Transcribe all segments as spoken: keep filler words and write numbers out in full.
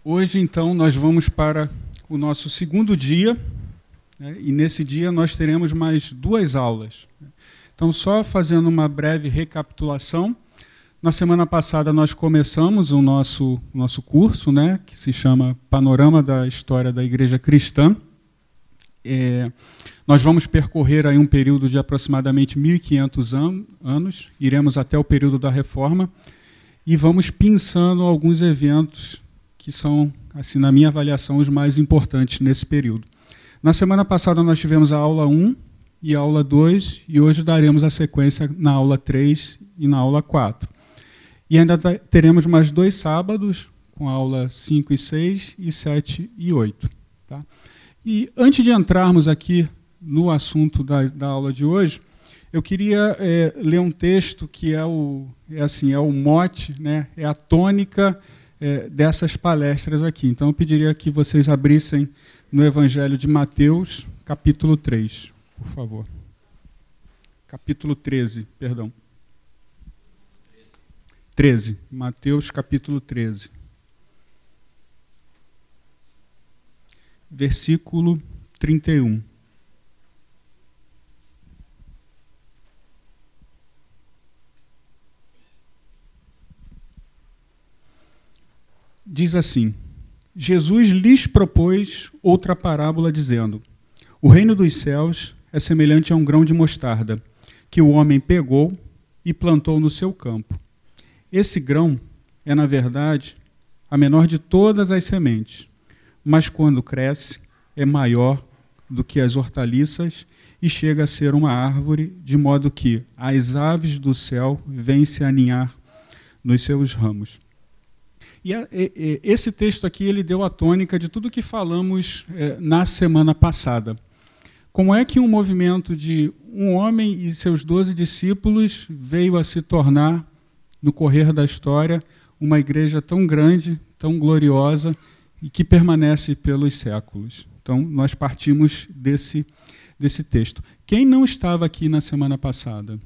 Hoje, então, nós vamos para o nosso segundo dia, né, e nesse dia nós teremos mais duas aulas. Então, só fazendo uma breve recapitulação, na semana passada nós começamos o nosso, nosso curso, né, que se chama Panorama da História da Igreja Cristã. É, nós vamos percorrer aí um período de aproximadamente mil e quinhentos an- anos, iremos até o período da Reforma, e vamos pensando alguns eventos que são, assim, na minha avaliação, os mais importantes nesse período. Na semana passada nós tivemos a aula um e a aula dois, e hoje daremos a sequência na aula três e na aula quatro. E ainda teremos mais dois sábados, com a aula cinco e seis, e sete e oito. Tá? E antes de entrarmos aqui no assunto da, da aula de hoje, eu queria é, ler um texto que é o, é assim, é o mote, né, é a tônica é, dessas palestras aqui. Então, eu pediria que vocês abrissem no Evangelho de Mateus, capítulo três, por favor. Capítulo treze, perdão. treze, Mateus, capítulo treze. Versículo trinta e um. Diz assim: Jesus lhes propôs outra parábola, dizendo: o reino dos céus é semelhante a um grão de mostarda, que o homem pegou e plantou no seu campo. Esse grão é, na verdade, a menor de todas as sementes, mas quando cresce, é maior do que as hortaliças e chega a ser uma árvore, de modo que as aves do céu vêm se aninhar nos seus ramos. E a, e, esse texto aqui ele deu a tônica de tudo que falamos é, na semana passada. Como é que um movimento de um homem e seus doze discípulos veio a se tornar, no correr da história, uma igreja tão grande, tão gloriosa e que permanece pelos séculos. Então, nós partimos desse, desse texto. Quem não estava aqui na semana passada?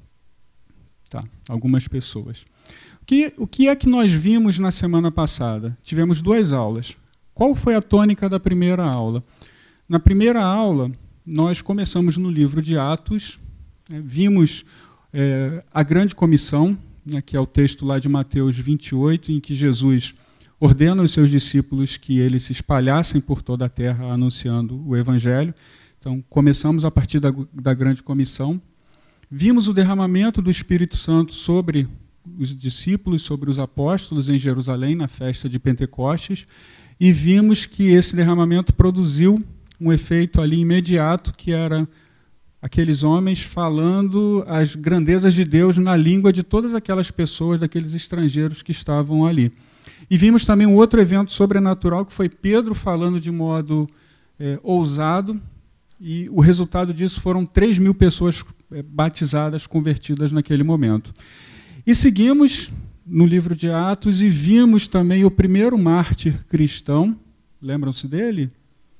Tá, algumas pessoas. O que, o que é que nós vimos na semana passada? Tivemos duas aulas. Qual foi a tônica da primeira aula? Na primeira aula, nós começamos no livro de Atos, né, vimos é, a grande comissão, né, que é o texto lá de Mateus vinte e oito, em que Jesus ordena aos seus discípulos que eles se espalhassem por toda a terra anunciando o Evangelho. Então, começamos a partir da, da grande comissão. Vimos o derramamento do Espírito Santo sobre os discípulos, sobre os apóstolos em Jerusalém, na festa de Pentecostes, e vimos que esse derramamento produziu um efeito ali imediato, que era aqueles homens falando as grandezas de Deus na língua de todas aquelas pessoas, daqueles estrangeiros que estavam ali. E vimos também um outro evento sobrenatural, que foi Pedro falando de modo é, ousado, e o resultado disso foram três mil pessoas é, batizadas, convertidas naquele momento. E seguimos no livro de Atos e vimos também o primeiro mártir cristão, lembram-se dele?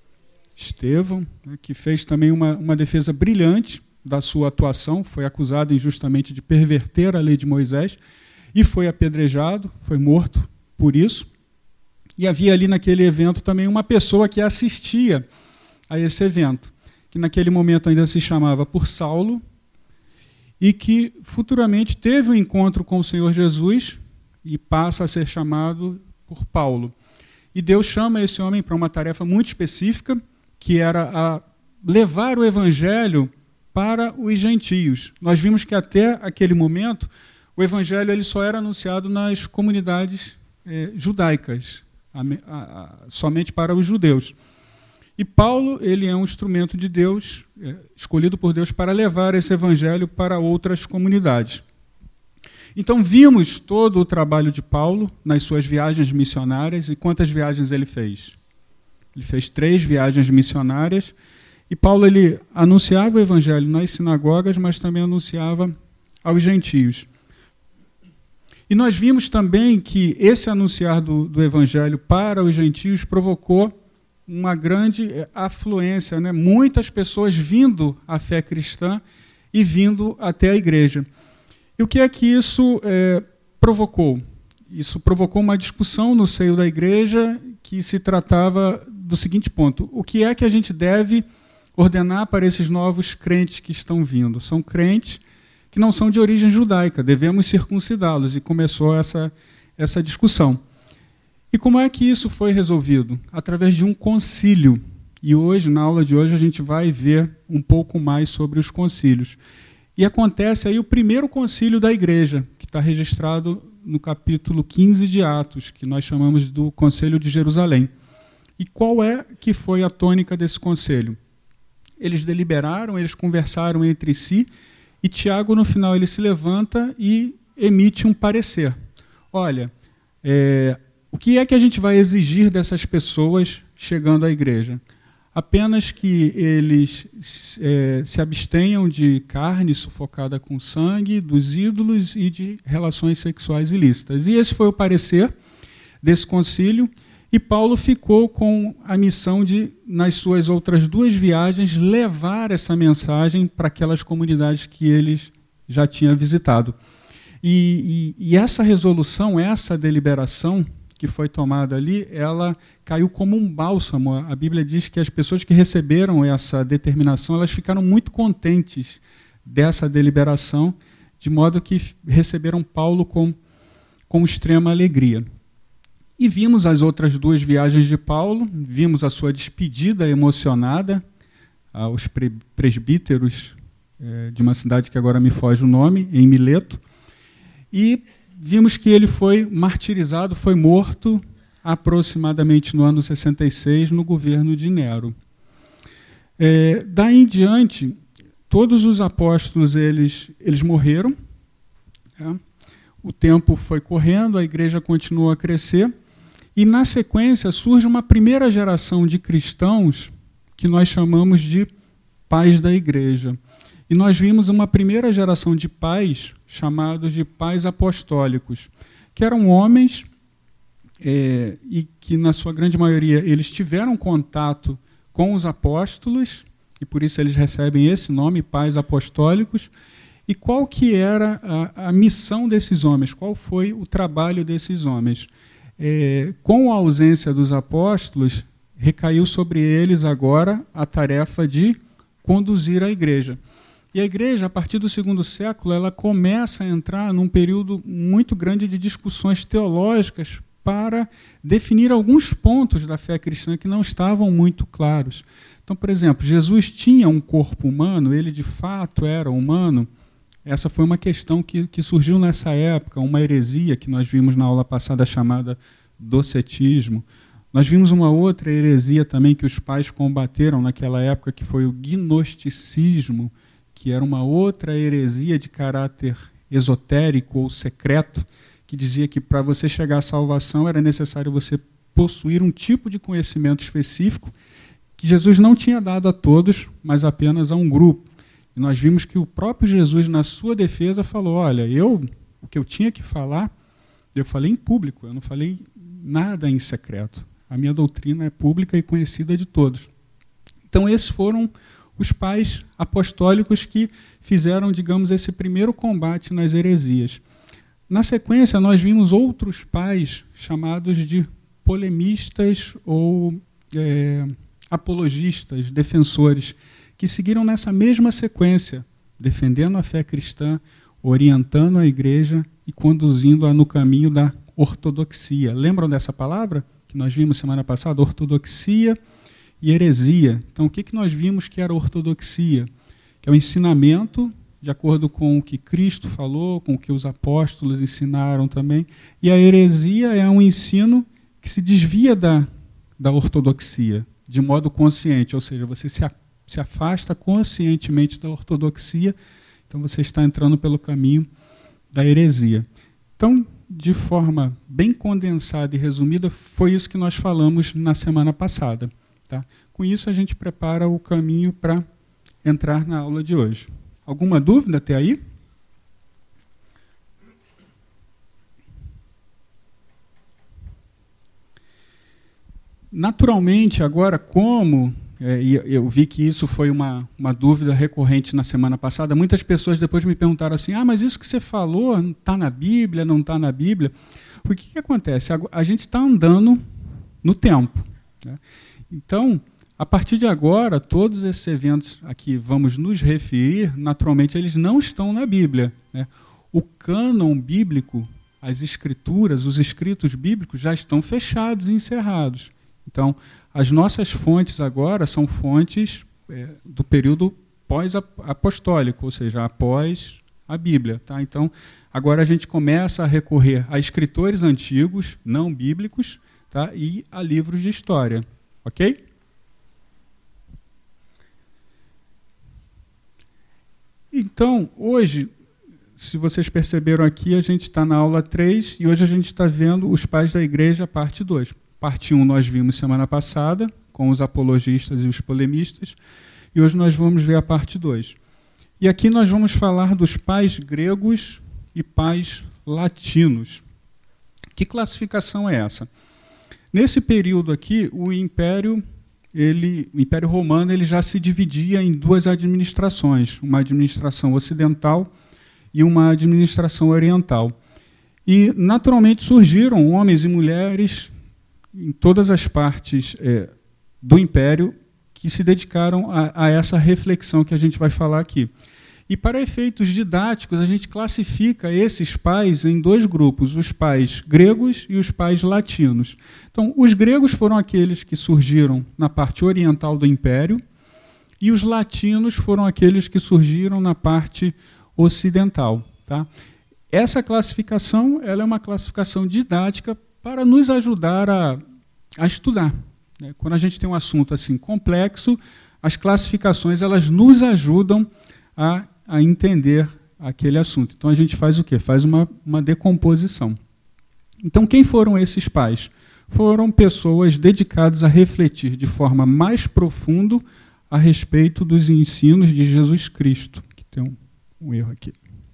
Estevão, né, que fez também uma, uma defesa brilhante da sua atuação, foi acusado injustamente de perverter a lei de Moisés e foi apedrejado, foi morto por isso. E havia ali naquele evento também uma pessoa que assistia a esse evento, que naquele momento ainda se chamava por Saulo, e que futuramente teve um encontro com o Senhor Jesus e passa a ser chamado por Paulo. E Deus chama esse homem para uma tarefa muito específica, que era a levar o Evangelho para os gentios. Nós vimos que até aquele momento o Evangelho ele só era anunciado nas comunidades eh, judaicas, a, a, a, somente para os judeus. E Paulo ele é um instrumento de Deus, é, escolhido por Deus para levar esse evangelho para outras comunidades. Então vimos todo o trabalho de Paulo nas suas viagens missionárias. E quantas viagens ele fez? Ele fez três viagens missionárias. E Paulo ele anunciava o evangelho nas sinagogas, mas também anunciava aos gentios. E nós vimos também que esse anunciar do, do evangelho para os gentios provocou uma grande afluência, né? Muitas pessoas vindo à fé cristã e vindo até a igreja. E o que é que isso é, provocou? Isso provocou uma discussão no seio da igreja que se tratava do seguinte ponto: o que é que a gente deve ordenar para esses novos crentes que estão vindo? São crentes que não são de origem judaica, devemos circuncidá-los, e começou essa, essa discussão. E como é que isso foi resolvido? Através de um concílio. E hoje, na aula de hoje, a gente vai ver um pouco mais sobre os concílios. E acontece aí o primeiro concílio da igreja, que está registrado no capítulo quinze de Atos, que nós chamamos do Concílio de Jerusalém. E qual é que foi a tônica desse concílio? Eles deliberaram, eles conversaram entre si, e Tiago, no final, ele se levanta e emite um parecer. Olha, é, o que é que a gente vai exigir dessas pessoas chegando à igreja? Apenas que eles é, se abstenham de carne sufocada com sangue, dos ídolos e de relações sexuais ilícitas. E esse foi o parecer desse concílio, e Paulo ficou com a missão de, nas suas outras duas viagens, levar essa mensagem para aquelas comunidades que eles já tinham visitado. E, e, e essa resolução, essa deliberação que foi tomada ali, ela caiu como um bálsamo. A Bíblia diz que as pessoas que receberam essa determinação, elas ficaram muito contentes dessa deliberação, de modo que receberam Paulo com, com extrema alegria. E vimos as outras duas viagens de Paulo, vimos a sua despedida emocionada aos presbíteros é, de uma cidade que agora me foge o nome, em Mileto, e vimos que ele foi martirizado, foi morto aproximadamente no ano sessenta e seis, no governo de Nero. É, daí em diante, todos os apóstolos eles, eles morreram, é, o tempo foi correndo, a igreja continuou a crescer, e na sequência surge uma primeira geração de cristãos que nós chamamos de pais da igreja. E nós vimos uma primeira geração de pais, chamados de pais apostólicos, que eram homens é, e que, na sua grande maioria, eles tiveram contato com os apóstolos, e por isso eles recebem esse nome, pais apostólicos. E qual que era a, a missão desses homens? Qual foi o trabalho desses homens? É, com a ausência dos apóstolos, recaiu sobre eles agora a tarefa de conduzir a igreja. E a igreja, a partir do segundo século, ela começa a entrar num período muito grande de discussões teológicas para definir alguns pontos da fé cristã que não estavam muito claros. Então, por exemplo, Jesus tinha um corpo humano, ele de fato era humano? Essa foi uma questão que, que surgiu nessa época, uma heresia que nós vimos na aula passada chamada docetismo. Nós vimos uma outra heresia também que os pais combateram naquela época, que foi o gnosticismo, que era uma outra heresia de caráter esotérico ou secreto, que dizia que para você chegar à salvação era necessário você possuir um tipo de conhecimento específico que Jesus não tinha dado a todos, mas apenas a um grupo. E nós vimos que o próprio Jesus, na sua defesa, falou, olha, eu, o que eu tinha que falar, eu falei em público, eu não falei nada em secreto. A minha doutrina é pública e conhecida de todos. Então, esses foram os pais apostólicos que fizeram, digamos, esse primeiro combate nas heresias. Na sequência, nós vimos outros pais chamados de polemistas ou é, apologistas, defensores, que seguiram nessa mesma sequência, defendendo a fé cristã, orientando a igreja e conduzindo-a no caminho da ortodoxia. Lembram dessa palavra que nós vimos semana passada? Ortodoxia e heresia. Então, o que, que nós vimos que era ortodoxia? Que é o ensinamento de acordo com o que Cristo falou, com o que os apóstolos ensinaram também. E a heresia é um ensino que se desvia da, da ortodoxia, de modo consciente, ou seja, você se, a, se afasta conscientemente da ortodoxia, então você está entrando pelo caminho da heresia. Então, de forma bem condensada e resumida, foi isso que nós falamos na semana passada. Tá? Com isso, a gente prepara o caminho para entrar na aula de hoje. Alguma dúvida até aí? Naturalmente, agora, como é, eu vi que isso foi uma, uma dúvida recorrente na semana passada, muitas pessoas depois me perguntaram assim, ah, mas isso que você falou está na Bíblia, não está na Bíblia? O que, que acontece? A, a gente está andando no tempo, né? Então, a partir de agora, todos esses eventos a que vamos nos referir, naturalmente, eles não estão na Bíblia, né? O cânon bíblico, as escrituras, os escritos bíblicos já estão fechados e encerrados. Então, as nossas fontes agora são fontes é, do período pós-apostólico, ou seja, após a Bíblia. Tá? Então, agora a gente começa a recorrer a escritores antigos, não bíblicos, tá? E a livros de história. Ok? Então, hoje, se vocês perceberam aqui, a gente está na aula três e hoje a gente está vendo os pais da igreja, parte dois. Parte um nós vimos semana passada, com os apologistas e os polemistas, e hoje nós vamos ver a parte dois. E aqui nós vamos falar dos pais gregos e pais latinos. Que classificação é essa? Nesse período aqui, o Império, ele, o Império Romano ele já se dividia em duas administrações, uma administração ocidental e uma administração oriental. E, naturalmente, surgiram homens e mulheres em todas as partes é, do Império que se dedicaram a, a essa reflexão que a gente vai falar aqui. E, para efeitos didáticos, a gente classifica esses pais em dois grupos, os pais gregos e os pais latinos. Então, os gregos foram aqueles que surgiram na parte oriental do Império e os latinos foram aqueles que surgiram na parte ocidental. Tá? Essa classificação ela é uma classificação didática para nos ajudar a, a estudar. Né? Quando a gente tem um assunto assim complexo, as classificações elas nos ajudam a, a entender aquele assunto. Então a gente faz o quê? Faz uma, uma decomposição. Então quem foram esses pais? Foram pessoas dedicadas a refletir de forma mais profunda a respeito dos ensinos de Jesus Cristo. Que tem um, um erro aqui.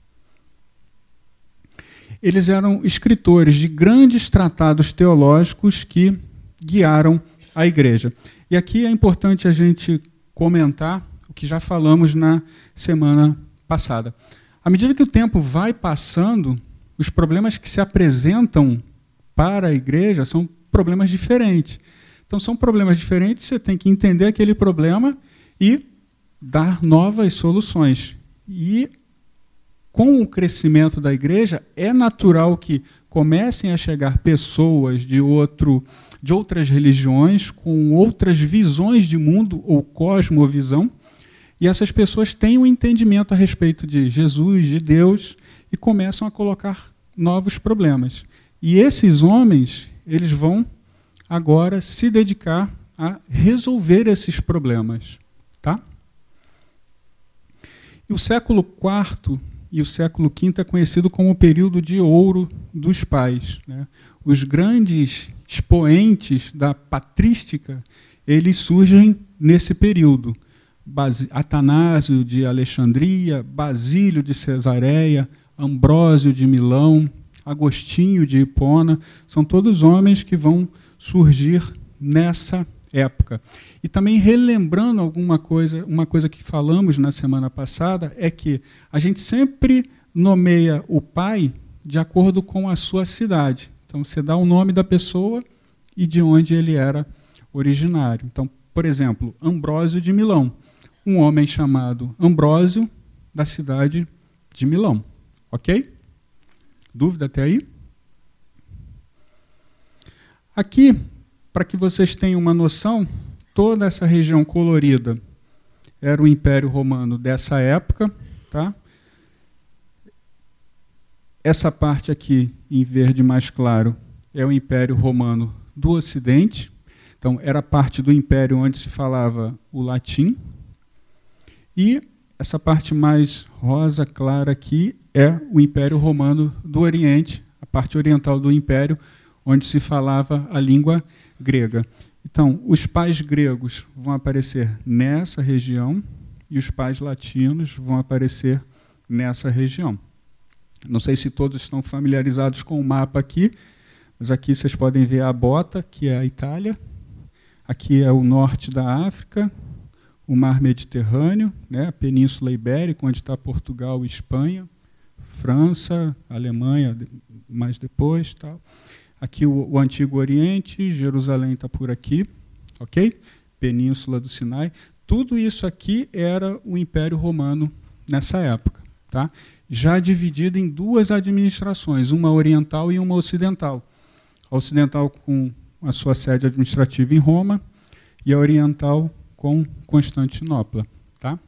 Eles eram escritores de grandes tratados teológicos que guiaram a igreja. E aqui é importante a gente comentar o que já falamos na semana passada. À medida que o tempo vai passando, os problemas que se apresentam para a igreja são problemas diferentes. Então, são problemas diferentes, você tem que entender aquele problema e dar novas soluções. E com o crescimento da igreja, é natural que comecem a chegar pessoas de, outro, de outras religiões, com outras visões de mundo ou cosmovisão, e essas pessoas têm um entendimento a respeito de Jesus, de Deus, e começam a colocar novos problemas. E esses homens, eles vão agora se dedicar a resolver esses problemas. Tá? E o século quarto e o século quinto é conhecido como o período de ouro dos pais. Né? Os grandes expoentes da patrística, eles surgem nesse período. Bas- Atanásio de Alexandria, Basílio de Cesareia, Ambrósio de Milão, Agostinho de Hipona, são todos homens que vão surgir nessa época. E também relembrando alguma coisa, uma coisa que falamos na semana passada, é que a gente sempre nomeia o pai de acordo com a sua cidade. Então, você dá o nome da pessoa e de onde ele era originário. Então, por exemplo, Ambrósio de Milão, um homem chamado Ambrósio, da cidade de Milão. Ok? Dúvida até aí? Aqui, para que vocês tenham uma noção, toda essa região colorida era o Império Romano dessa época. Tá? Essa parte aqui, em verde mais claro, é o Império Romano do Ocidente. Então, era parte do Império onde se falava o latim. E essa parte mais rosa clara aqui é o Império Romano do Oriente, a parte oriental do Império, onde se falava a língua grega. Então, os pais gregos vão aparecer nessa região e os pais latinos vão aparecer nessa região. Não sei se todos estão familiarizados com o mapa aqui, mas aqui vocês podem ver a bota, que é a Itália. Aqui é o norte da África, o mar Mediterrâneo, né, a Península Ibérica, onde está Portugal e Espanha, França, Alemanha, mais depois, tal. Aqui o, o Antigo Oriente, Jerusalém está por aqui, ok? Península do Sinai. Tudo isso aqui era o Império Romano nessa época, tá? Já dividido em duas administrações, uma oriental e uma ocidental. A ocidental com a sua sede administrativa em Roma e a oriental com Constantinopla. Tá?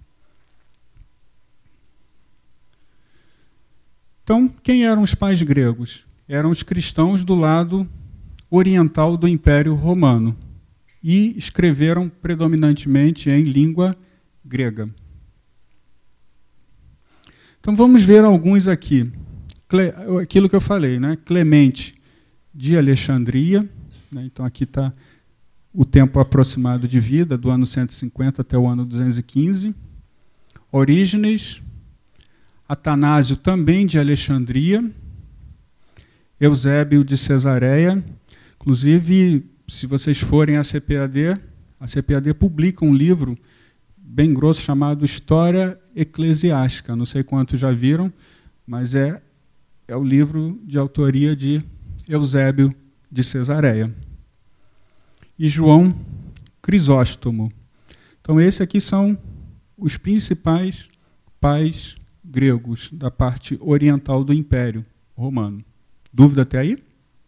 Então, quem eram os pais gregos? Eram os cristãos do lado oriental do Império Romano e escreveram predominantemente em língua grega. Então, vamos ver alguns aqui. Aquilo que eu falei, né? Clemente de Alexandria, né? Então aqui está o tempo aproximado de vida, do ano cento e cinquenta até o ano duzentos e quinze. Orígenes, Atanásio também de Alexandria, Eusébio de Cesareia. Inclusive, se vocês forem à C P A D, a C P A D publica um livro bem grosso chamado História Eclesiástica. Não sei quantos já viram, mas é, é o livro de autoria de Eusébio de Cesareia. E João Crisóstomo. Então, esses aqui são os principais pais gregos da parte oriental do Império Romano. Dúvida até aí?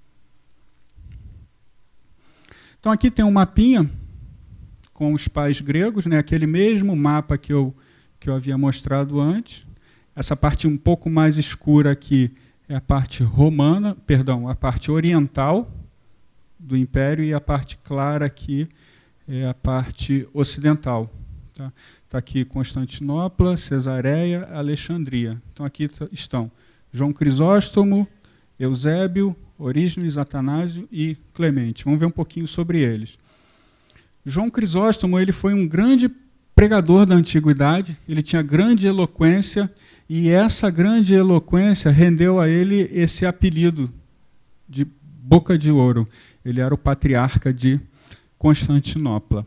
Então, aqui tem um mapinha com os pais gregos, né? Aquele mesmo mapa que eu, que eu havia mostrado antes. Essa parte um pouco mais escura aqui é a parte romana, perdão, a parte oriental do Império, e a parte clara aqui é a parte ocidental. Tá? Está aqui Constantinopla, Cesareia, Alexandria. Então aqui estão João Crisóstomo, Eusébio, Orígenes, Atanásio e Clemente. Vamos ver um pouquinho sobre eles. João Crisóstomo ele foi um grande pregador da antiguidade, ele tinha grande eloquência, e essa grande eloquência rendeu a ele esse apelido de Boca de Ouro. Ele era o patriarca de Constantinopla.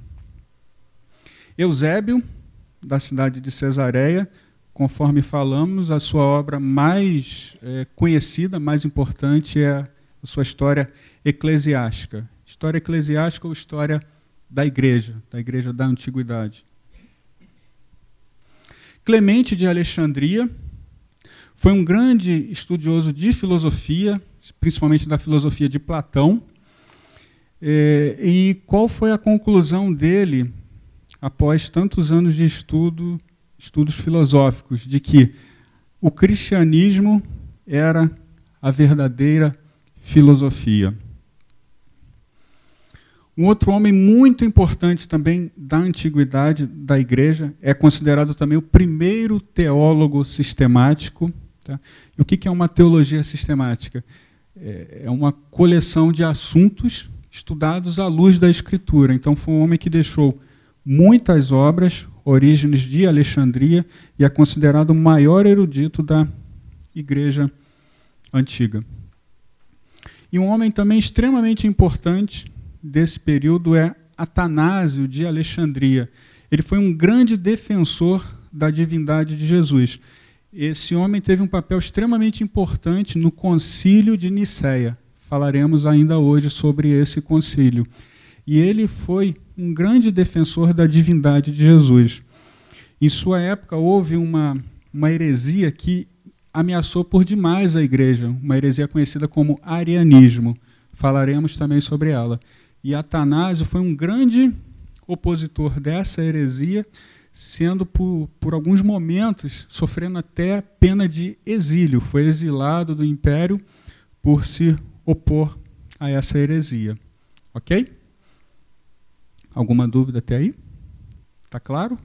Eusébio, da cidade de Cesareia, conforme falamos, a sua obra mais é, conhecida, mais importante, é a sua história eclesiástica. História eclesiástica ou história da igreja, da igreja da antiguidade. Clemente de Alexandria foi um grande estudioso de filosofia, principalmente da filosofia de Platão. É, e qual foi a conclusão dele após tantos anos de estudo, estudos filosóficos, de que o cristianismo era a verdadeira filosofia? Um outro homem muito importante também da antiguidade da igreja, é considerado também o primeiro teólogo sistemático. Tá? E o que é uma teologia sistemática? É uma coleção de assuntos estudados à luz da Escritura. Então foi um homem que deixou muitas obras, Orígenes de Alexandria, e é considerado o maior erudito da igreja antiga. E um homem também extremamente importante desse período é Atanásio de Alexandria. Ele foi um grande defensor da divindade de Jesus. Esse homem teve um papel extremamente importante no concílio de Nicéia. Falaremos ainda hoje sobre esse concílio. E ele foi um grande defensor da divindade de Jesus. Em sua época, houve uma, uma heresia que ameaçou por demais a igreja, uma heresia conhecida como arianismo. Falaremos também sobre ela. E Atanásio foi um grande opositor dessa heresia, sendo por, por alguns momentos sofrendo até pena de exílio. Foi exilado do império por se opor a essa heresia. Ok? Alguma dúvida até aí? Está claro?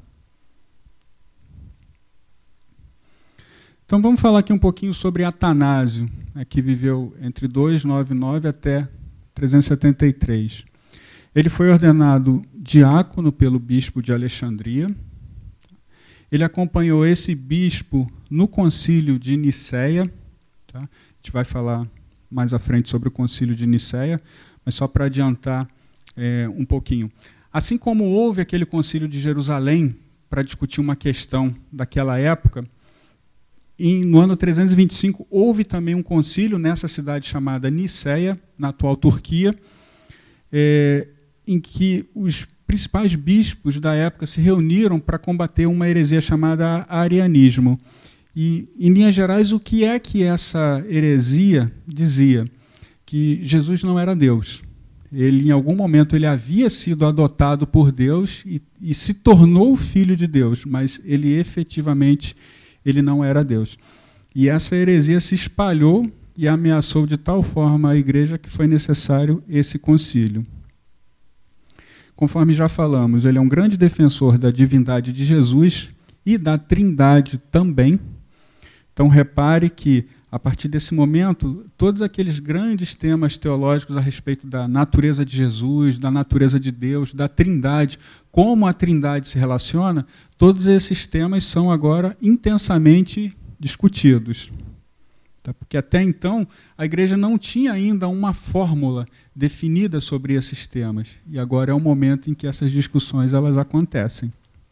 Então vamos falar aqui um pouquinho sobre Atanásio, né, que viveu entre duzentos e noventa e nove até trezentos e setenta e três. Ele foi ordenado diácono pelo bispo de Alexandria. Ele acompanhou esse bispo no concílio de Nicéia. Tá? A gente vai falar mais à frente sobre o concílio de Nicéia, mas só para adiantar é, um pouquinho. Assim como houve aquele concílio de Jerusalém para discutir uma questão daquela época, em, no ano trezentos e vinte e cinco, houve também um concílio nessa cidade chamada Niceia, na atual Turquia, é, em que os principais bispos da época se reuniram para combater uma heresia chamada arianismo. E, em linhas gerais, o que é que essa heresia dizia? Que Jesus não era Deus. Ele, em algum momento, ele havia sido adotado por Deus e, e se tornou filho de Deus, mas ele efetivamente ele não era Deus. E essa heresia se espalhou e ameaçou de tal forma a igreja que foi necessário esse concílio. Conforme já falamos, ele é um grande defensor da divindade de Jesus e da Trindade também. Então, repare que, a partir desse momento, todos aqueles grandes temas teológicos a respeito da natureza de Jesus, da natureza de Deus, da Trindade, como a Trindade se relaciona, todos esses temas são agora intensamente discutidos. Porque até então a igreja não tinha ainda uma fórmula definida sobre esses temas. E agora é o momento em que essas discussões elas acontecem.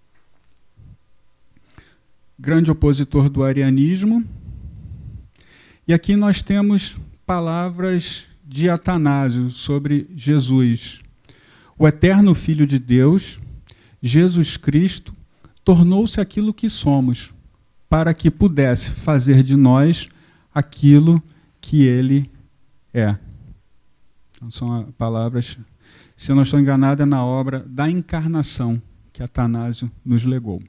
Grande opositor do arianismo. E aqui nós temos palavras de Atanásio sobre Jesus. O eterno Filho de Deus, Jesus Cristo, tornou-se aquilo que somos, para que pudesse fazer de nós aquilo que ele é. Então, são palavras, se eu não estou enganado, é na obra da encarnação que Atanásio nos legou.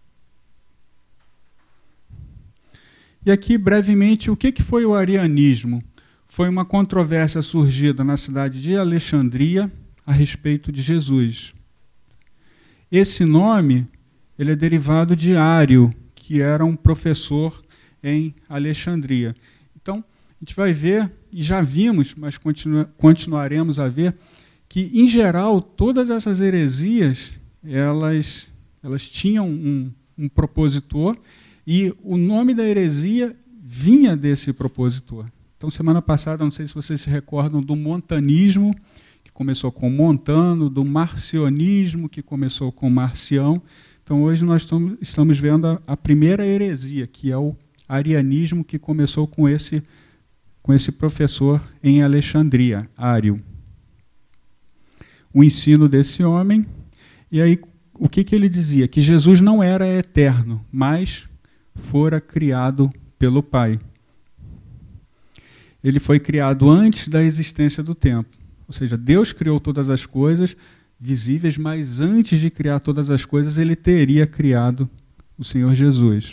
E aqui, brevemente, o que foi o arianismo? Foi uma controvérsia surgida na cidade de Alexandria a respeito de Jesus. Esse nome ele é derivado de Ário, que era um professor em Alexandria. Então, a gente vai ver, e já vimos, mas continua, continuaremos a ver, que, em geral, todas essas heresias, elas, elas tinham um, um propositor, e o nome da heresia vinha desse propositor. Então, semana passada, não sei se vocês se recordam do montanismo, que começou com Montano, do marcionismo, que começou com Marcião. Então, hoje nós estamos vendo a, a primeira heresia, que é o arianismo, que começou com esse, com esse professor em Alexandria, Ário. O ensino desse homem, e aí o que, que ele dizia? Que Jesus não era eterno, mas fora criado pelo Pai. Ele foi criado antes da existência do tempo. Ou seja, Deus criou todas as coisas visíveis, mas antes de criar todas as coisas, ele teria criado o Senhor Jesus.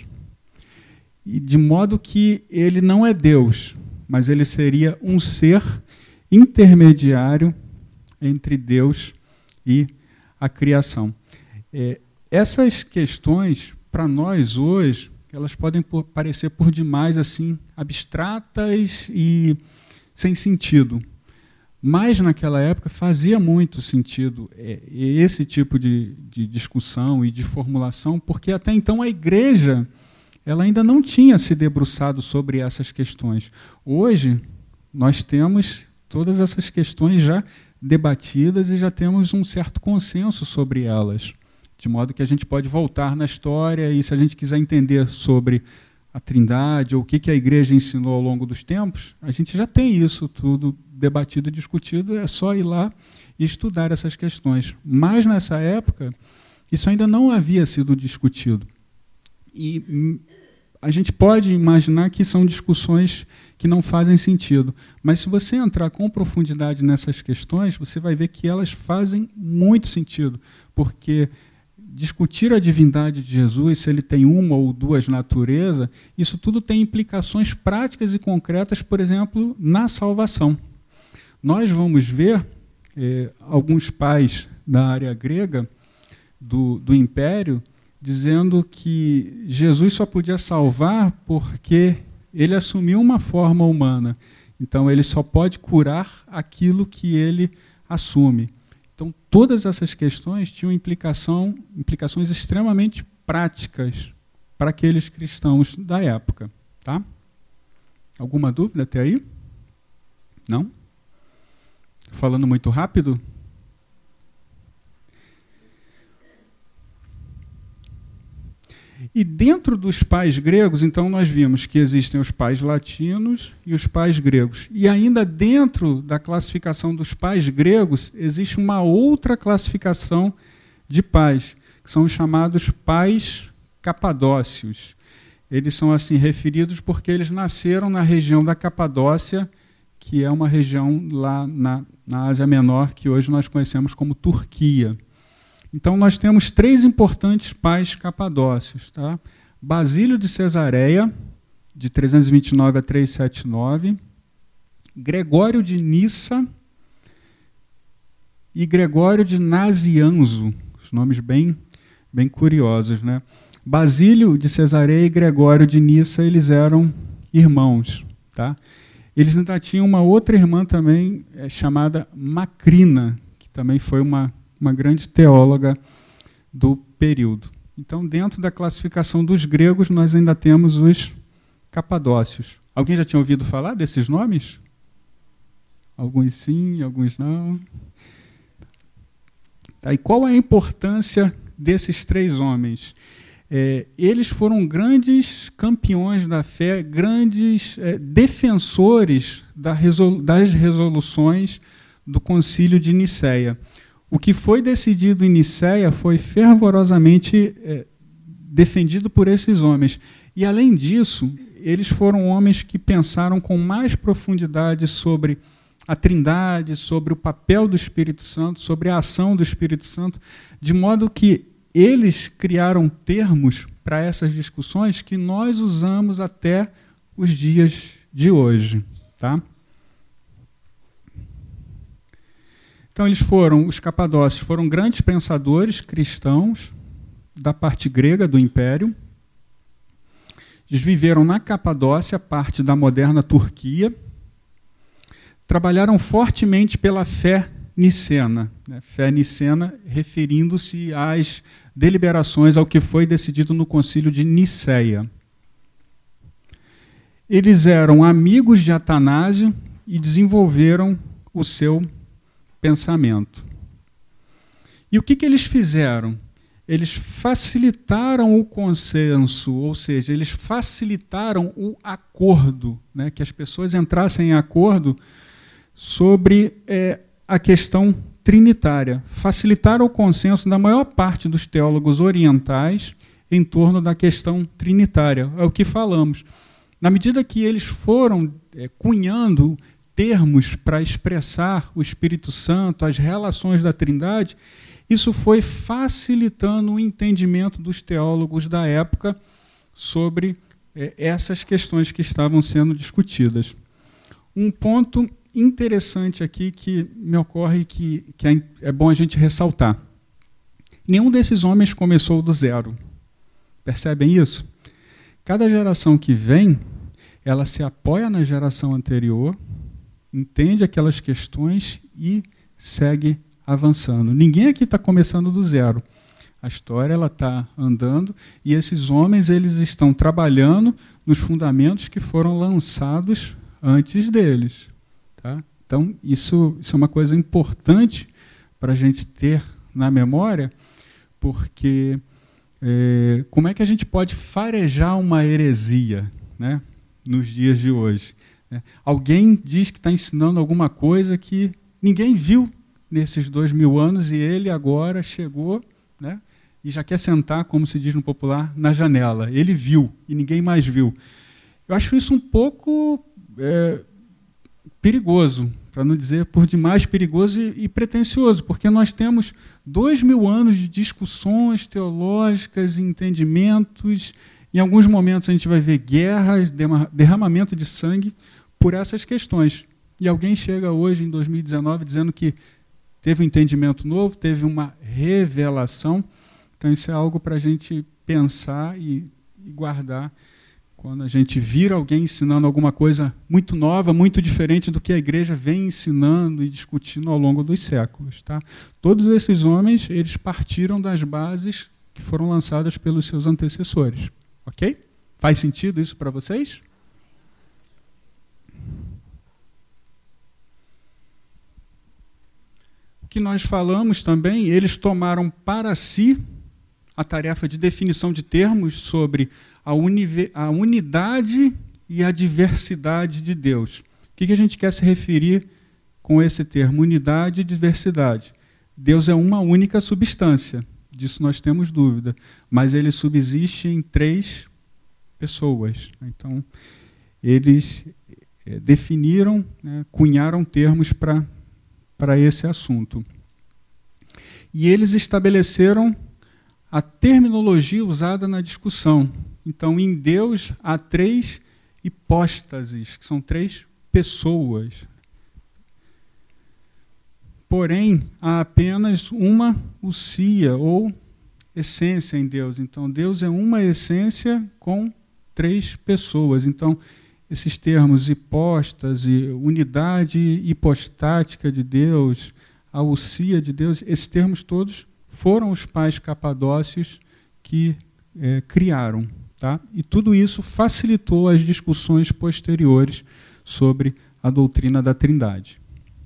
E de modo que ele não é Deus, mas ele seria um ser intermediário entre Deus e a criação. É, essas questões, para nós hoje, elas podem por, parecer por demais assim abstratas e sem sentido. Mas, naquela época, fazia muito sentido é, esse tipo de, de discussão e de formulação, porque até então a igreja ela ainda não tinha se debruçado sobre essas questões. Hoje, nós temos todas essas questões já debatidas e já temos um certo consenso sobre elas, de modo que a gente pode voltar na história e, se a gente quiser entender sobre a Trindade ou o que a igreja ensinou ao longo dos tempos, a gente já tem isso tudo debatido e discutido, é só ir lá e estudar essas questões. Mas, nessa época, isso ainda não havia sido discutido. E a gente pode imaginar que são discussões que não fazem sentido, mas se você entrar com profundidade nessas questões, você vai ver que elas fazem muito sentido, porque discutir a divindade de Jesus, se ele tem uma ou duas naturezas, isso tudo tem implicações práticas e concretas, por exemplo, na salvação. Nós vamos ver eh, alguns pais da área grega do, do Império dizendo que Jesus só podia salvar porque ele assumiu uma forma humana. Então, ele só pode curar aquilo que ele assume. Então, todas essas questões tinham implicação, implicações extremamente práticas para aqueles cristãos da época. Tá? Alguma dúvida até aí? Não? Falando muito rápido? E dentro dos pais gregos, então, nós vimos que existem os pais latinos e os pais gregos. E ainda dentro da classificação dos pais gregos, existe uma outra classificação de pais, que são os chamados pais capadócios. Eles são assim referidos porque eles nasceram na região da Capadócia, que é uma região lá na, na Ásia Menor, que hoje nós conhecemos como Turquia. Então, nós temos três importantes pais capadócios. Tá? Basílio de Cesareia, de trezentos e vinte e nove a trezentos e setenta e nove, Gregório de Nissa e Gregório de Nazianzo, os nomes bem, bem curiosos. Né? Basílio de Cesareia e Gregório de Nissa, eles eram irmãos. Tá? Eles ainda tinham uma outra irmã também, é, chamada Macrina, que também foi uma uma grande teóloga do período. Então, dentro da classificação dos gregos, nós ainda temos os capadócios. Alguém já tinha ouvido falar desses nomes? Alguns sim, alguns não. Tá, e qual é a importância desses três homens? É, eles foram grandes campeões da fé, grandes é, defensores da resolu- das resoluções do Concílio de Nicéia. O que foi decidido em Nicéia foi fervorosamente é, defendido por esses homens. E, além disso, eles foram homens que pensaram com mais profundidade sobre a Trindade, sobre o papel do Espírito Santo, sobre a ação do Espírito Santo, de modo que eles criaram termos para essas discussões que nós usamos até os dias de hoje. Tá? Então, eles foram, os capadócios foram grandes pensadores cristãos da parte grega do Império. Eles viveram na Capadócia, parte da moderna Turquia. Trabalharam fortemente pela fé nicena. Né? Fé nicena referindo-se às deliberações, ao que foi decidido no Concílio de Nicéia. Eles eram amigos de Atanásio e desenvolveram o seu pensamento. E o que, que eles fizeram? Eles facilitaram o consenso, ou seja, eles facilitaram o acordo, né, que as pessoas entrassem em acordo sobre é, a questão trinitária. Facilitaram o consenso da maior parte dos teólogos orientais em torno da questão trinitária. É o que falamos. Na medida que eles foram é, cunhando termos para expressar o Espírito Santo, as relações da Trindade, isso foi facilitando o entendimento dos teólogos da época sobre eh, essas questões que estavam sendo discutidas. Um ponto interessante aqui que me ocorre que, que é, é bom a gente ressaltar. Nenhum desses homens começou do zero. Percebem isso? Cada geração que vem, ela se apoia na geração anterior, entende aquelas questões e segue avançando. Ninguém aqui está começando do zero. A história ela está andando e esses homens eles estão trabalhando nos fundamentos que foram lançados antes deles. Tá? Então, isso, isso é uma coisa importante para a gente ter na memória, porque é, como é que a gente pode farejar uma heresia, né, nos dias de hoje? É, alguém diz que está ensinando alguma coisa que ninguém viu nesses dois mil anos e ele agora chegou, né, e já quer sentar, como se diz no popular, na janela. Ele viu e ninguém mais viu. Eu acho isso um pouco é, perigoso, para não dizer por demais perigoso e, e pretensioso, porque nós temos dois mil anos de discussões teológicas, entendimentos. Em alguns momentos a gente vai ver guerras, derramamento de sangue por essas questões. E alguém chega hoje, em dois mil e dezenove, dizendo que teve um entendimento novo, teve uma revelação. Então, isso é algo para a gente pensar e, e guardar quando a gente vir alguém ensinando alguma coisa muito nova, muito diferente do que a igreja vem ensinando e discutindo ao longo dos séculos. Tá? Todos esses homens, eles partiram das bases que foram lançadas pelos seus antecessores. Ok? Faz sentido isso para vocês? O que nós falamos também, eles tomaram para si a tarefa de definição de termos sobre a, unive, a unidade e a diversidade de Deus. O que, que a gente quer se referir com esse termo, unidade e diversidade? Deus é uma única substância, disso nós temos dúvida, mas ele subsiste em três pessoas. Então, eles é, definiram, né, cunharam termos para esse assunto. E eles estabeleceram a terminologia usada na discussão. Então, em Deus há três hipóstases, que são três pessoas. Porém, há apenas uma ousia, ou essência em Deus. Então, Deus é uma essência com três pessoas. Então, esses termos hipóstase, unidade hipostática de Deus, a ousia de Deus, esses termos todos foram os pais capadócios que é, criaram. Tá? E tudo isso facilitou as discussões posteriores sobre a doutrina da Trindade.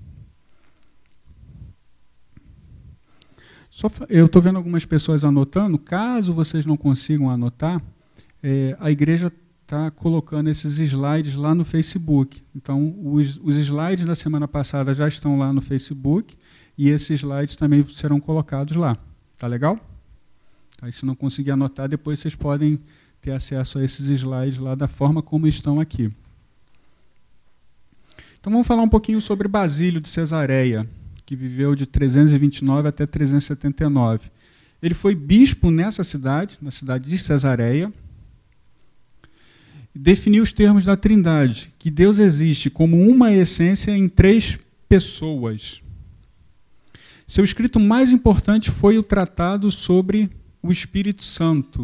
Só, eu estou vendo algumas pessoas anotando. Caso vocês não consigam anotar, é, a igreja está colocando esses slides lá no Facebook. Então, os, os slides da semana passada já estão lá no Facebook e esses slides também serão colocados lá. Tá legal? Aí, se não conseguir anotar, depois vocês podem ter acesso a esses slides lá da forma como estão aqui. Então, vamos falar um pouquinho sobre Basílio de Cesareia, que viveu de trezentos e vinte e nove até trezentos e setenta e nove. Ele foi bispo nessa cidade, na cidade de Cesareia, e definiu os termos da Trindade, que Deus existe como uma essência em três pessoas. Seu escrito mais importante foi o tratado sobre o Espírito Santo.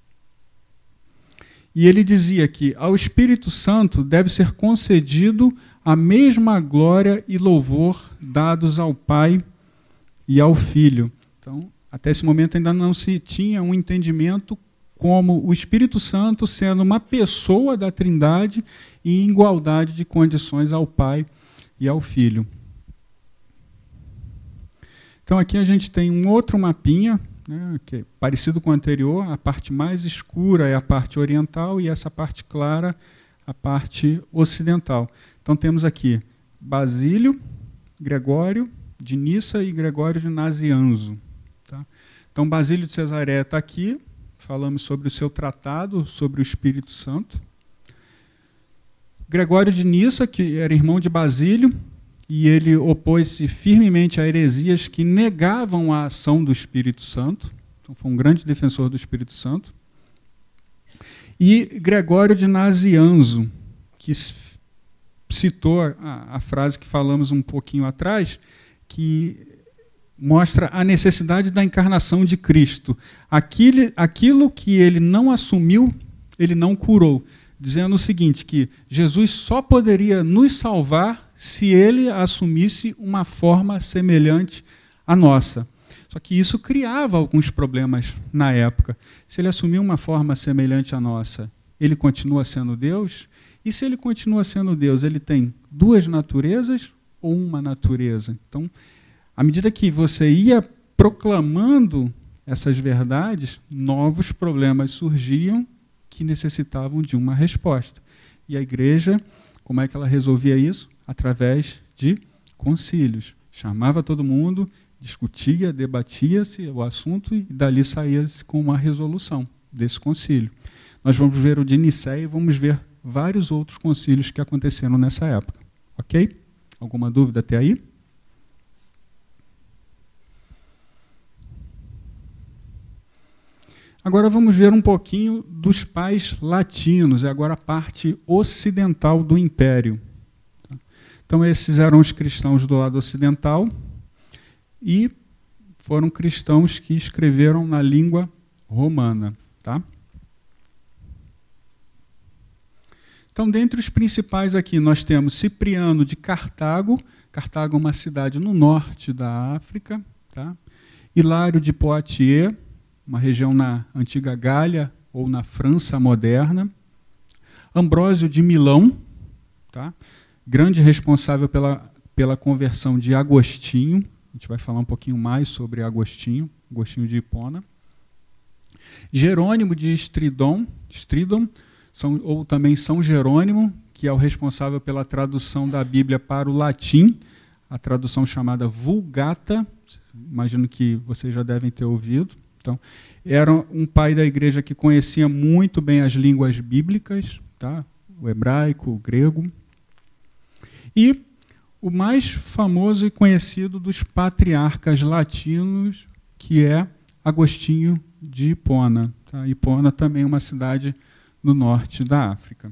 E ele dizia que ao Espírito Santo deve ser concedido a mesma glória e louvor dados ao Pai e ao Filho. Então, até esse momento ainda não se tinha um entendimento como o Espírito Santo sendo uma pessoa da Trindade e em igualdade de condições ao Pai e ao Filho. Então, aqui a gente tem um outro mapinha, né, que é parecido com o anterior. A parte mais escura é a parte oriental e essa parte clara a parte ocidental. Então temos aqui Basílio, Gregório de Nissa e Gregório de Nazianzo. Tá? Então Basílio de Cesareia está aqui, falamos sobre o seu tratado sobre o Espírito Santo. Gregório de Nissa, que era irmão de Basílio, e ele opôs-se firmemente a heresias que negavam a ação do Espírito Santo. Então foi um grande defensor do Espírito Santo. E Gregório de Nazianzo, que citou a, a frase que falamos um pouquinho atrás, que mostra a necessidade da encarnação de Cristo. Aquilo, aquilo que ele não assumiu, ele não curou, dizendo o seguinte, que Jesus só poderia nos salvar se ele assumisse uma forma semelhante à nossa. Só que isso criava alguns problemas na época. Se ele assumiu uma forma semelhante à nossa, ele continua sendo Deus? E se ele continua sendo Deus, ele tem duas naturezas ou uma natureza? Então, à medida que você ia proclamando essas verdades, novos problemas surgiam que necessitavam de uma resposta. E a igreja, como é que ela resolvia isso? Através de concílios. Chamava todo mundo, discutia, debatia-se o assunto e dali saía-se com uma resolução desse concílio. Nós vamos ver o de Nicéia e vamos ver vários outros concílios que aconteceram nessa época. Ok? Alguma dúvida até aí? Agora vamos ver um pouquinho dos pais latinos, é agora a parte ocidental do Império. Então esses eram os cristãos do lado ocidental e foram cristãos que escreveram na língua romana. Tá? Então, dentre os principais aqui, nós temos Cipriano de Cartago. Cartago é uma cidade no norte da África. Tá? Hilário de Poitiers, uma região na antiga Gália ou na França moderna. Ambrósio de Milão, tá? Grande responsável pela, pela conversão de Agostinho. A gente vai falar um pouquinho mais sobre Agostinho, Agostinho de Hipona. Jerônimo de Estridon, Estridon são, ou também São Jerônimo, que é o responsável pela tradução da Bíblia para o latim, a tradução chamada Vulgata, imagino que vocês já devem ter ouvido. Então, era um pai da igreja que conhecia muito bem as línguas bíblicas, tá? O hebraico, o grego. E o mais famoso e conhecido dos patriarcas latinos, que é Agostinho de Hipona. Tá? Hipona também é uma cidade no norte da África.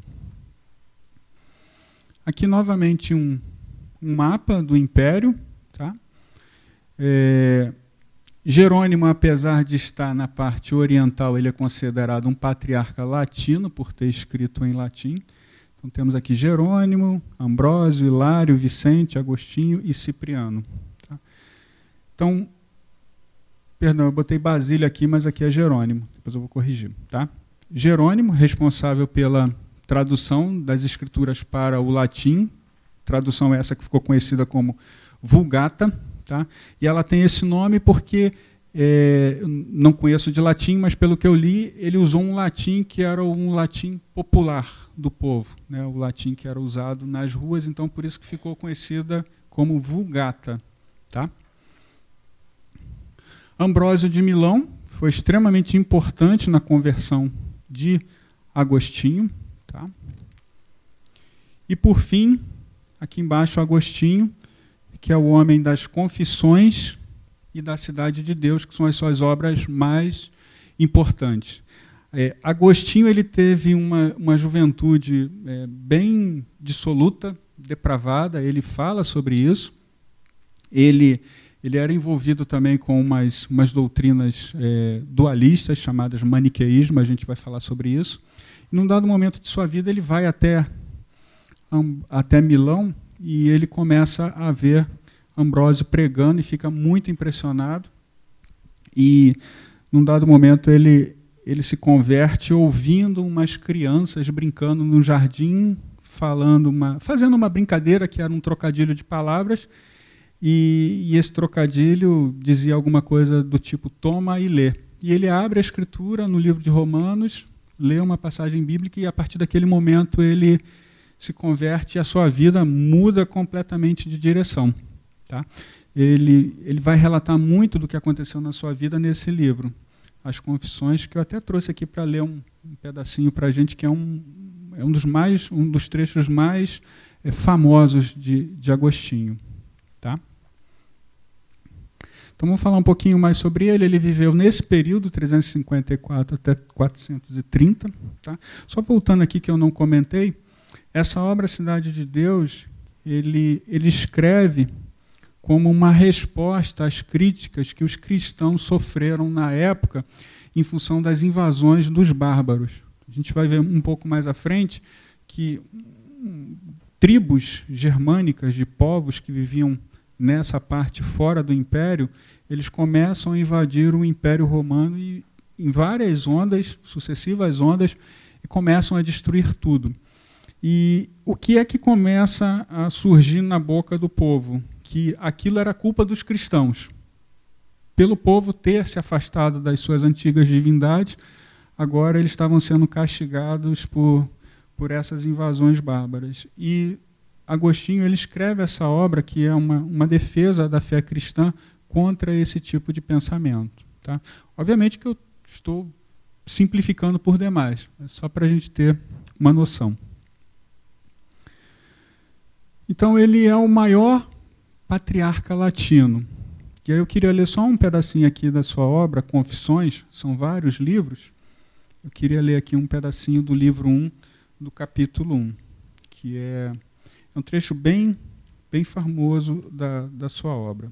Aqui, novamente, um, um mapa do Império. Tá? É, Jerônimo, apesar de estar na parte oriental, ele é considerado um patriarca latino, por ter escrito em latim. Então, temos aqui Jerônimo, Ambrósio, Hilário, Vicente, Agostinho e Cipriano. Tá? Então, perdão, eu botei Basílio aqui, mas aqui é Jerônimo. Depois eu vou corrigir. Tá? Jerônimo, responsável pela tradução das escrituras para o latim, tradução essa que ficou conhecida como Vulgata, tá? E ela tem esse nome porque, é, não conheço de latim, mas pelo que eu li, ele usou um latim que era um latim popular do povo, né? O latim que era usado nas ruas, então por isso que ficou conhecida como Vulgata. Tá? Ambrósio de Milão foi extremamente importante na conversão de Agostinho. Tá? E, por fim, aqui embaixo, Agostinho, que é o homem das Confissões e da Cidade de Deus, que são as suas obras mais importantes. É, Agostinho ele teve uma, uma juventude é, bem dissoluta, depravada, ele fala sobre isso. Ele, ele era envolvido também com umas, umas doutrinas é, dualistas, chamadas maniqueísmo, a gente vai falar sobre isso. E, num dado momento de sua vida, ele vai até, até Milão, e ele começa a ver Ambrósio pregando e fica muito impressionado. E, num dado momento, ele, ele se converte ouvindo umas crianças brincando no jardim, falando uma, fazendo uma brincadeira que era um trocadilho de palavras, e, e esse trocadilho dizia alguma coisa do tipo, toma e lê. E ele abre a escritura no livro de Romanos, lê uma passagem bíblica, e a partir daquele momento ele se converte e a sua vida muda completamente de direção. Tá? Ele, ele vai relatar muito do que aconteceu na sua vida nesse livro, As Confissões, que eu até trouxe aqui para ler um, um pedacinho para a gente, que é um, é um dos mais, um dos trechos mais é, famosos de, de Agostinho. Tá? Então vamos falar um pouquinho mais sobre ele. Ele viveu nesse período, trezentos e cinquenta e quatro até quatrocentos e trinta. Tá? Só voltando aqui que eu não comentei, essa obra Cidade de Deus, ele, ele escreve como uma resposta às críticas que os cristãos sofreram na época em função das invasões dos bárbaros. A gente vai ver um pouco mais à frente que hum, tribos germânicas de povos que viviam nessa parte fora do Império, eles começam a invadir o Império Romano e, em várias ondas, sucessivas ondas, e começam a destruir tudo. E o que é que começa a surgir na boca do povo? Que aquilo era culpa dos cristãos. Pelo povo ter se afastado das suas antigas divindades, agora eles estavam sendo castigados por, por essas invasões bárbaras. E Agostinho ele escreve essa obra que é uma, uma defesa da fé cristã contra esse tipo de pensamento. Tá? Obviamente que eu estou simplificando por demais, é só para a gente ter uma noção. Então, ele é o maior patriarca latino. E aí eu queria ler só um pedacinho aqui da sua obra, Confissões, são vários livros. Eu queria ler aqui um pedacinho do livro um, do capítulo um, que é, é um trecho bem, bem famoso da, da sua obra.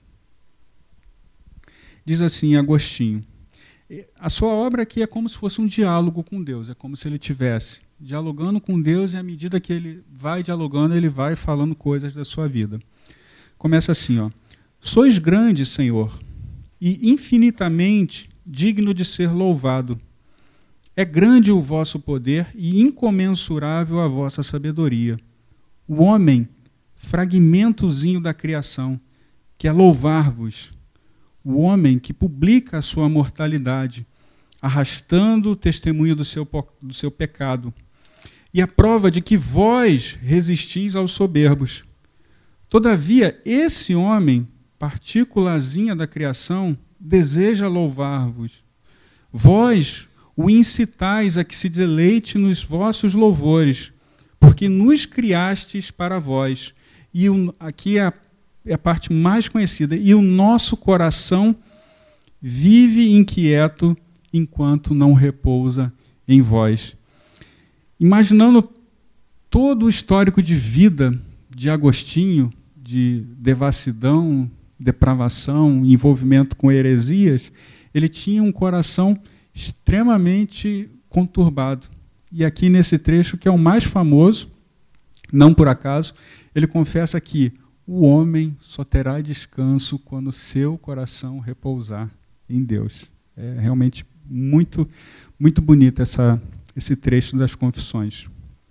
Diz assim, Agostinho, a sua obra aqui é como se fosse um diálogo com Deus, é como se ele estivesse dialogando com Deus, e à medida que ele vai dialogando, ele vai falando coisas da sua vida. Começa assim, ó. Sois grande, Senhor, e infinitamente digno de ser louvado. É grande o vosso poder e incomensurável a vossa sabedoria. O homem, fragmentozinho da criação, quer louvar-vos. O homem que publica a sua mortalidade, arrastando o testemunho do seu, do seu pecado. E a prova de que vós resistis aos soberbos. Todavia, esse homem, particularzinha da criação, deseja louvar-vos. Vós o incitais a que se deleite nos vossos louvores, porque nos criastes para vós. E o, aqui é a, é a parte mais conhecida. E o nosso coração vive inquieto enquanto não repousa em vós. Imaginando todo o histórico de vida de Agostinho, de devassidão, depravação, envolvimento com heresias, ele tinha um coração extremamente conturbado. E aqui nesse trecho, que é o mais famoso, não por acaso, ele confessa que o homem só terá descanso quando seu coração repousar em Deus. É realmente muito, muito bonito essa, esse trecho das Confissões.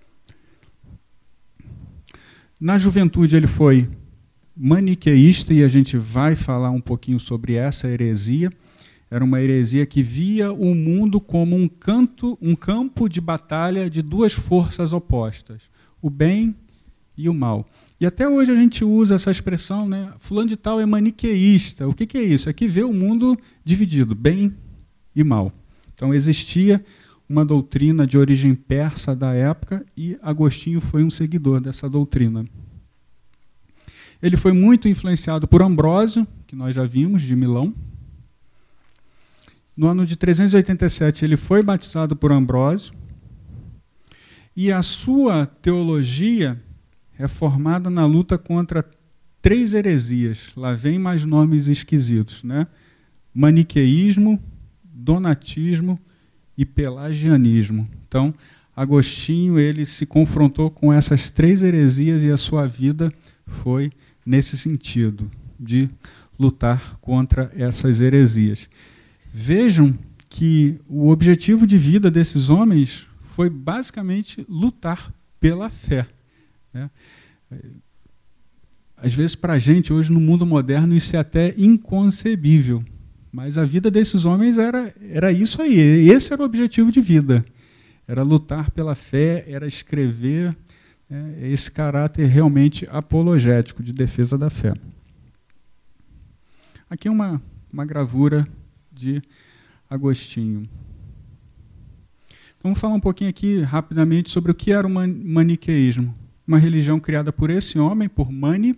Na juventude ele foi maniqueísta, e a gente vai falar um pouquinho sobre essa heresia. Era uma heresia que via o mundo como um, canto, um campo de batalha de duas forças opostas, o bem e o mal. E até hoje a gente usa essa expressão, né? Fulano de tal é maniqueísta. O que, que é isso? É que vê o mundo dividido, bem e mal. Então existia uma doutrina de origem persa da época, e Agostinho foi um seguidor dessa doutrina. Ele foi muito influenciado por Ambrósio, que nós já vimos, de Milão. No ano de trezentos e oitenta e sete, ele foi batizado por Ambrósio, e a sua teologia é formada na luta contra três heresias. Lá vem mais nomes esquisitos, né? Maniqueísmo, donatismo e pelagianismo. Então, Agostinho ele se confrontou com essas três heresias, e a sua vida foi nesse sentido, de lutar contra essas heresias. Vejam que o objetivo de vida desses homens foi basicamente lutar pela fé. Né? Às vezes, para a gente, hoje no mundo moderno, isso é até inconcebível. Mas a vida desses homens era, era isso aí, esse era o objetivo de vida. Era lutar pela fé, era escrever, né, esse caráter realmente apologético, de defesa da fé. Aqui uma, uma gravura de Agostinho. Então, vamos falar um pouquinho aqui, rapidamente, sobre o que era o maniqueísmo. Uma religião criada por esse homem, por Mani.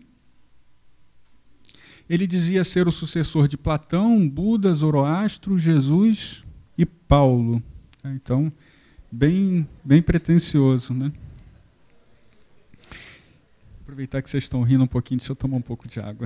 Ele dizia ser o sucessor de Platão, Buda, Zoroastro, Jesus e Paulo. Então, bem, bem pretensioso, né? Aproveitar que vocês estão rindo um pouquinho, deixa eu tomar um pouco de água.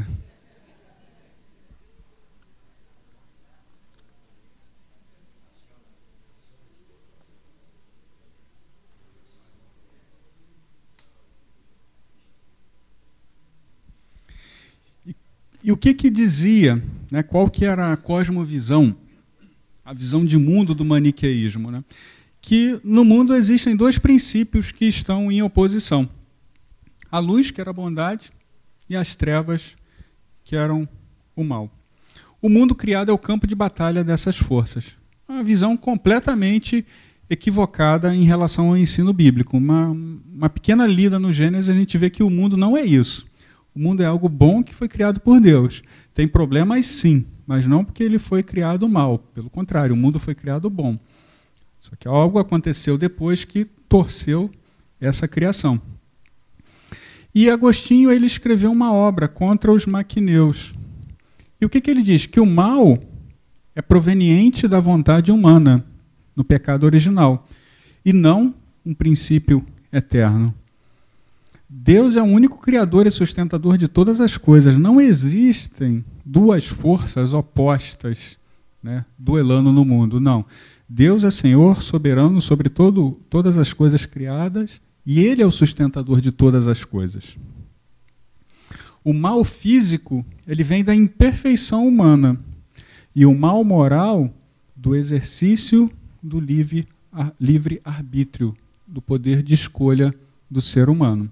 E o que que dizia, né, qual que era a cosmovisão, a visão de mundo do maniqueísmo? Né? Que no mundo existem dois princípios que estão em oposição. A luz, que era a bondade, e as trevas, que eram o mal. O mundo criado é o campo de batalha dessas forças. Uma visão completamente equivocada em relação ao ensino bíblico. Uma, uma pequena lida no Gênesis, a gente vê que o mundo não é isso. O mundo é algo bom que foi criado por Deus. Tem problemas, sim, mas não porque ele foi criado mal. Pelo contrário, o mundo foi criado bom. Só que algo aconteceu depois que torceu essa criação. E Agostinho ele escreveu uma obra contra os maquineus. E o que, que ele diz? Que o mal é proveniente da vontade humana, no pecado original, e não um princípio eterno. Deus é o único criador e sustentador de todas as coisas. Não existem duas forças opostas, né, duelando no mundo. Não. Deus é Senhor, soberano sobre todo, todas as coisas criadas, e Ele é o sustentador de todas as coisas. O mal físico ele vem da imperfeição humana, e o mal moral do exercício do livre, livre arbítrio, do poder de escolha do ser humano.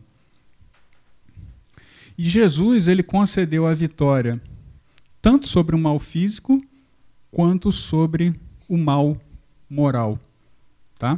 E Jesus ele concedeu a vitória tanto sobre o mal físico quanto sobre o mal moral. Tá?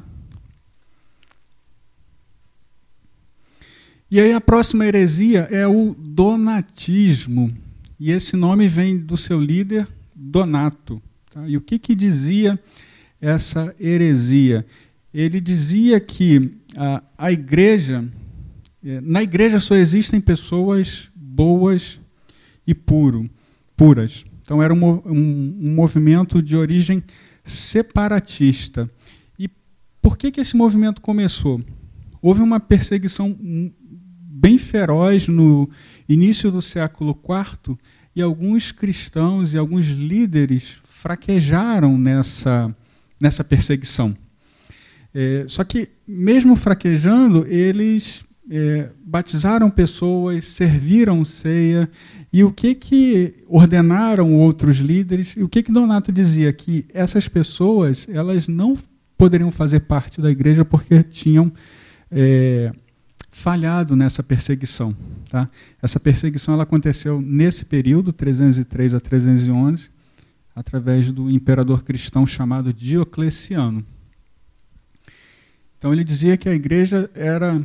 E aí a próxima heresia é o donatismo. E esse nome vem do seu líder, Donato. Tá? E o que, que dizia essa heresia? Ele dizia que a, a igreja, na igreja só existem pessoas boas e puro, puras. Então era um, um, um movimento de origem separatista. E por que, que esse movimento começou? Houve uma perseguição bem feroz no início do século quarto e alguns cristãos e alguns líderes fraquejaram nessa, nessa perseguição. É, só que, mesmo fraquejando, eles é, batizaram pessoas, serviram ceia, e o que que ordenaram outros líderes, e o que que Donato dizia? Que essas pessoas elas não poderiam fazer parte da igreja porque tinham é, falhado nessa perseguição. Tá? Essa perseguição ela aconteceu nesse período, trezentos e três a trezentos e onze, através do imperador cristão chamado Diocleciano. Então ele dizia que a igreja era,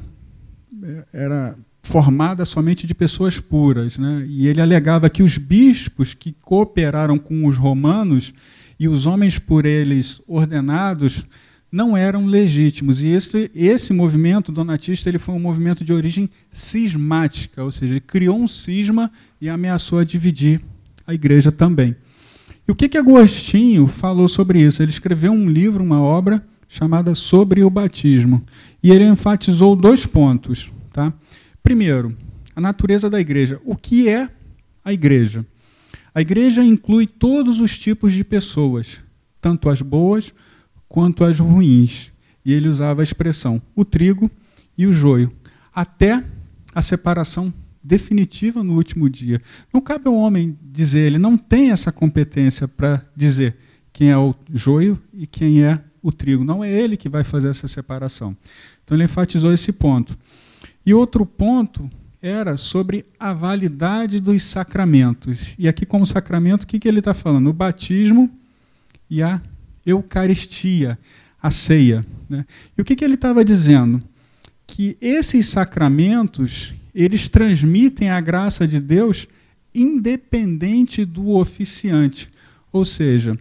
era formada somente de pessoas puras, né? E ele alegava que os bispos que cooperaram com os romanos e os homens por eles ordenados não eram legítimos. E esse, esse movimento donatista ele foi um movimento de origem cismática, ou seja, ele criou um cisma e ameaçou a dividir a igreja também. E o que que Agostinho falou sobre isso? Ele escreveu um livro, uma obra, chamada Sobre o Batismo. E ele enfatizou dois pontos. Tá? Primeiro, a natureza da igreja. O que é a igreja? A igreja inclui todos os tipos de pessoas, tanto as boas quanto as ruins. E ele usava a expressão o trigo e o joio, até a separação definitiva no último dia. Não cabe ao homem dizer, ele não tem essa competência para dizer quem é o joio e quem é o trigo. Não é ele que vai fazer essa separação. Então ele enfatizou esse ponto. E outro ponto era sobre a validade dos sacramentos. E aqui como sacramento, o que, que ele está falando? O batismo e a Eucaristia, a ceia. Né? E o que, que ele estava dizendo? Que esses sacramentos, eles transmitem a graça de Deus independente do oficiante. Ou seja,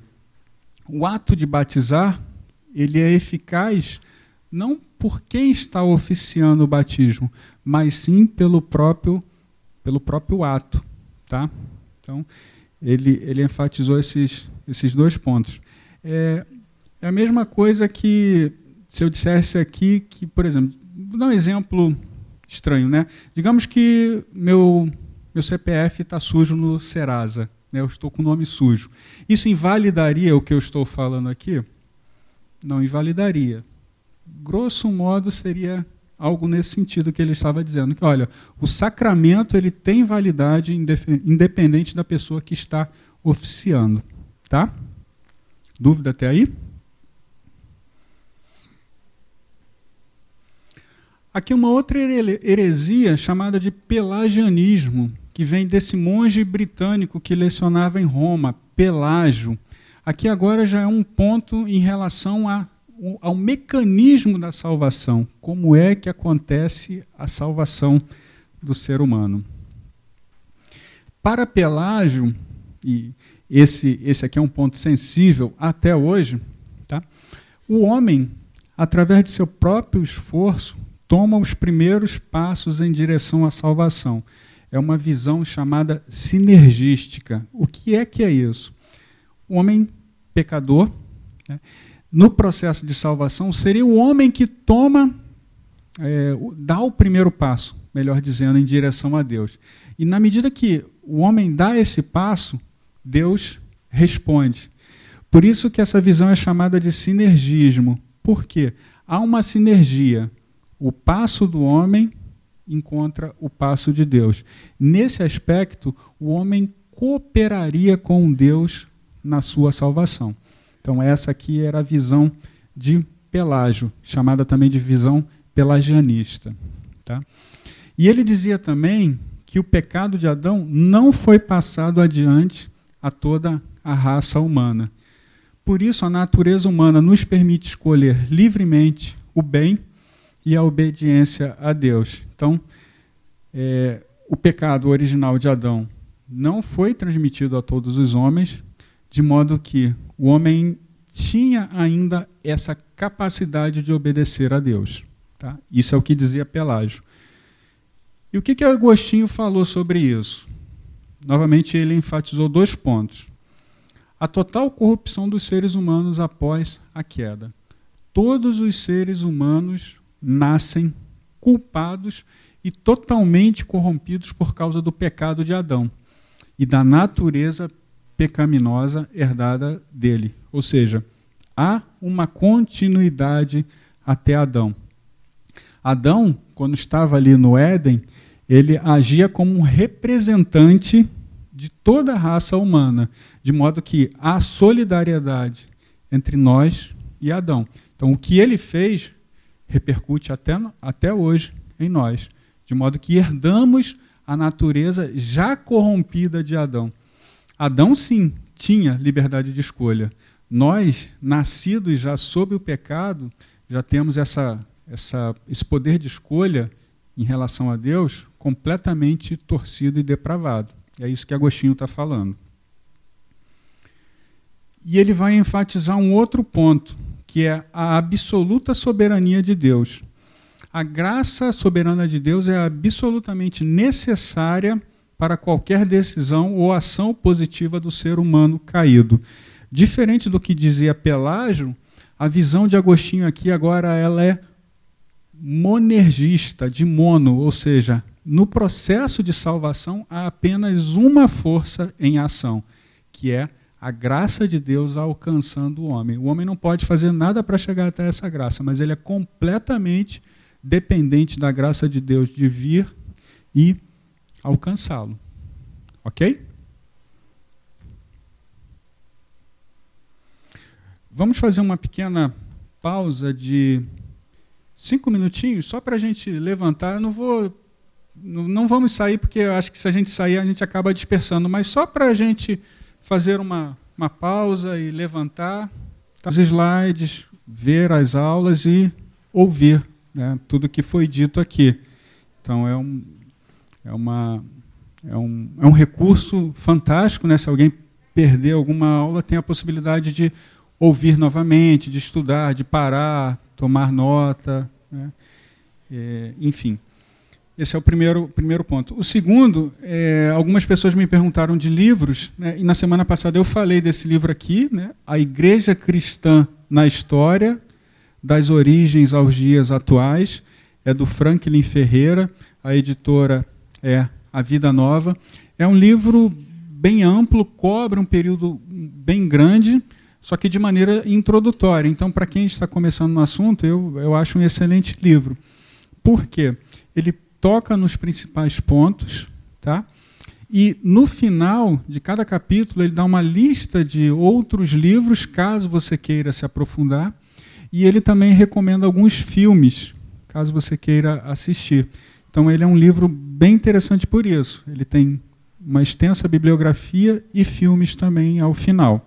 o ato de batizar, ele é eficaz não por quem está oficiando o batismo, mas sim pelo próprio, pelo próprio ato. Tá? Então, ele, ele enfatizou esses, esses dois pontos. É, é a mesma coisa que se eu dissesse aqui que, por exemplo, vou dar um exemplo estranho, né? Digamos que meu, meu C P F está sujo no Serasa, né? Eu estou com o nome sujo. Isso invalidaria o que eu estou falando aqui? Não invalidaria. Grosso modo, seria algo nesse sentido que ele estava dizendo, que, olha, o sacramento ele tem validade independente da pessoa que está oficiando. Tá? Dúvida até aí? Aqui uma outra heresia chamada de pelagianismo, que vem desse monge britânico que lecionava em Roma, Pelágio. Aqui agora já é um ponto em relação a, ao mecanismo da salvação. Como é que acontece a salvação do ser humano? Para Pelágio, e esse, esse aqui é um ponto sensível até hoje, tá? O homem, através de seu próprio esforço, toma os primeiros passos em direção à salvação. É uma visão chamada sinergística. O que é que é isso? O homem pecador, né, no processo de salvação, seria o homem que toma, é, dá o primeiro passo, melhor dizendo, em direção a Deus. E na medida que o homem dá esse passo, Deus responde. Por isso que essa visão é chamada de sinergismo. Por quê? Há uma sinergia. O passo do homem encontra o passo de Deus. Nesse aspecto, o homem cooperaria com Deus na sua salvação. Então, essa aqui era a visão de Pelágio, chamada também de visão pelagianista. Tá? E ele dizia também que o pecado de Adão não foi passado adiante a toda a raça humana. Por isso, a natureza humana nos permite escolher livremente o bem e a obediência a Deus. Então, é, o pecado original de Adão não foi transmitido a todos os homens, de modo que o homem tinha ainda essa capacidade de obedecer a Deus. Tá? Isso é o que dizia Pelágio. E o que, que Agostinho falou sobre isso? Novamente, ele enfatizou dois pontos. A total corrupção dos seres humanos após a queda. Todos os seres humanos nascem culpados e totalmente corrompidos por causa do pecado de Adão e da natureza pecaminosa herdada dele. Ou seja, há uma continuidade até Adão. Adão, quando estava ali no Éden, ele agia como um representante de toda a raça humana, de modo que há solidariedade entre nós e Adão. Então, o que ele fez repercute até, até hoje em nós, de modo que herdamos a natureza já corrompida de Adão. Adão, sim, tinha liberdade de escolha. Nós, nascidos já sob o pecado, já temos essa, essa, esse poder de escolha em relação a Deus completamente torcido e depravado. É isso que Agostinho está falando. E ele vai enfatizar um outro ponto, que é a absoluta soberania de Deus. A graça soberana de Deus é absolutamente necessária para qualquer decisão ou ação positiva do ser humano caído. Diferente do que dizia Pelágio, a visão de Agostinho aqui agora ela é monergista, de mono, ou seja, no processo de salvação há apenas uma força em ação, que é a graça de Deus alcançando o homem. O homem não pode fazer nada para chegar até essa graça, mas ele é completamente dependente da graça de Deus de vir e alcançá-lo. Ok? Vamos fazer uma pequena pausa de cinco minutinhos, só para a gente levantar. Eu não vou, não, não vamos sair, porque eu acho que se a gente sair, a gente acaba dispersando, mas só para a gente fazer uma, uma pausa e levantar os slides, ver as aulas e ouvir, né, tudo que foi dito aqui. Então, é um, é uma, é um, é um recurso fantástico, né? Se alguém perder alguma aula, tem a possibilidade de ouvir novamente, de estudar, de parar, tomar nota, né? É, enfim. Esse é o primeiro, primeiro ponto. O segundo, é, algumas pessoas me perguntaram de livros, né, e na semana passada eu falei desse livro aqui, né, A Igreja Cristã na História, das Origens aos Dias Atuais, é do Franklin Ferreira, a editora é A Vida Nova. É um livro bem amplo, cobre um período bem grande, só que de maneira introdutória. Então, para quem está começando no assunto, eu, eu acho um excelente livro. Por quê? Ele toca nos principais pontos, tá? E no final de cada capítulo ele dá uma lista de outros livros, caso você queira se aprofundar, e ele também recomenda alguns filmes, caso você queira assistir. Então ele é um livro bem interessante por isso. Ele tem uma extensa bibliografia e filmes também ao final.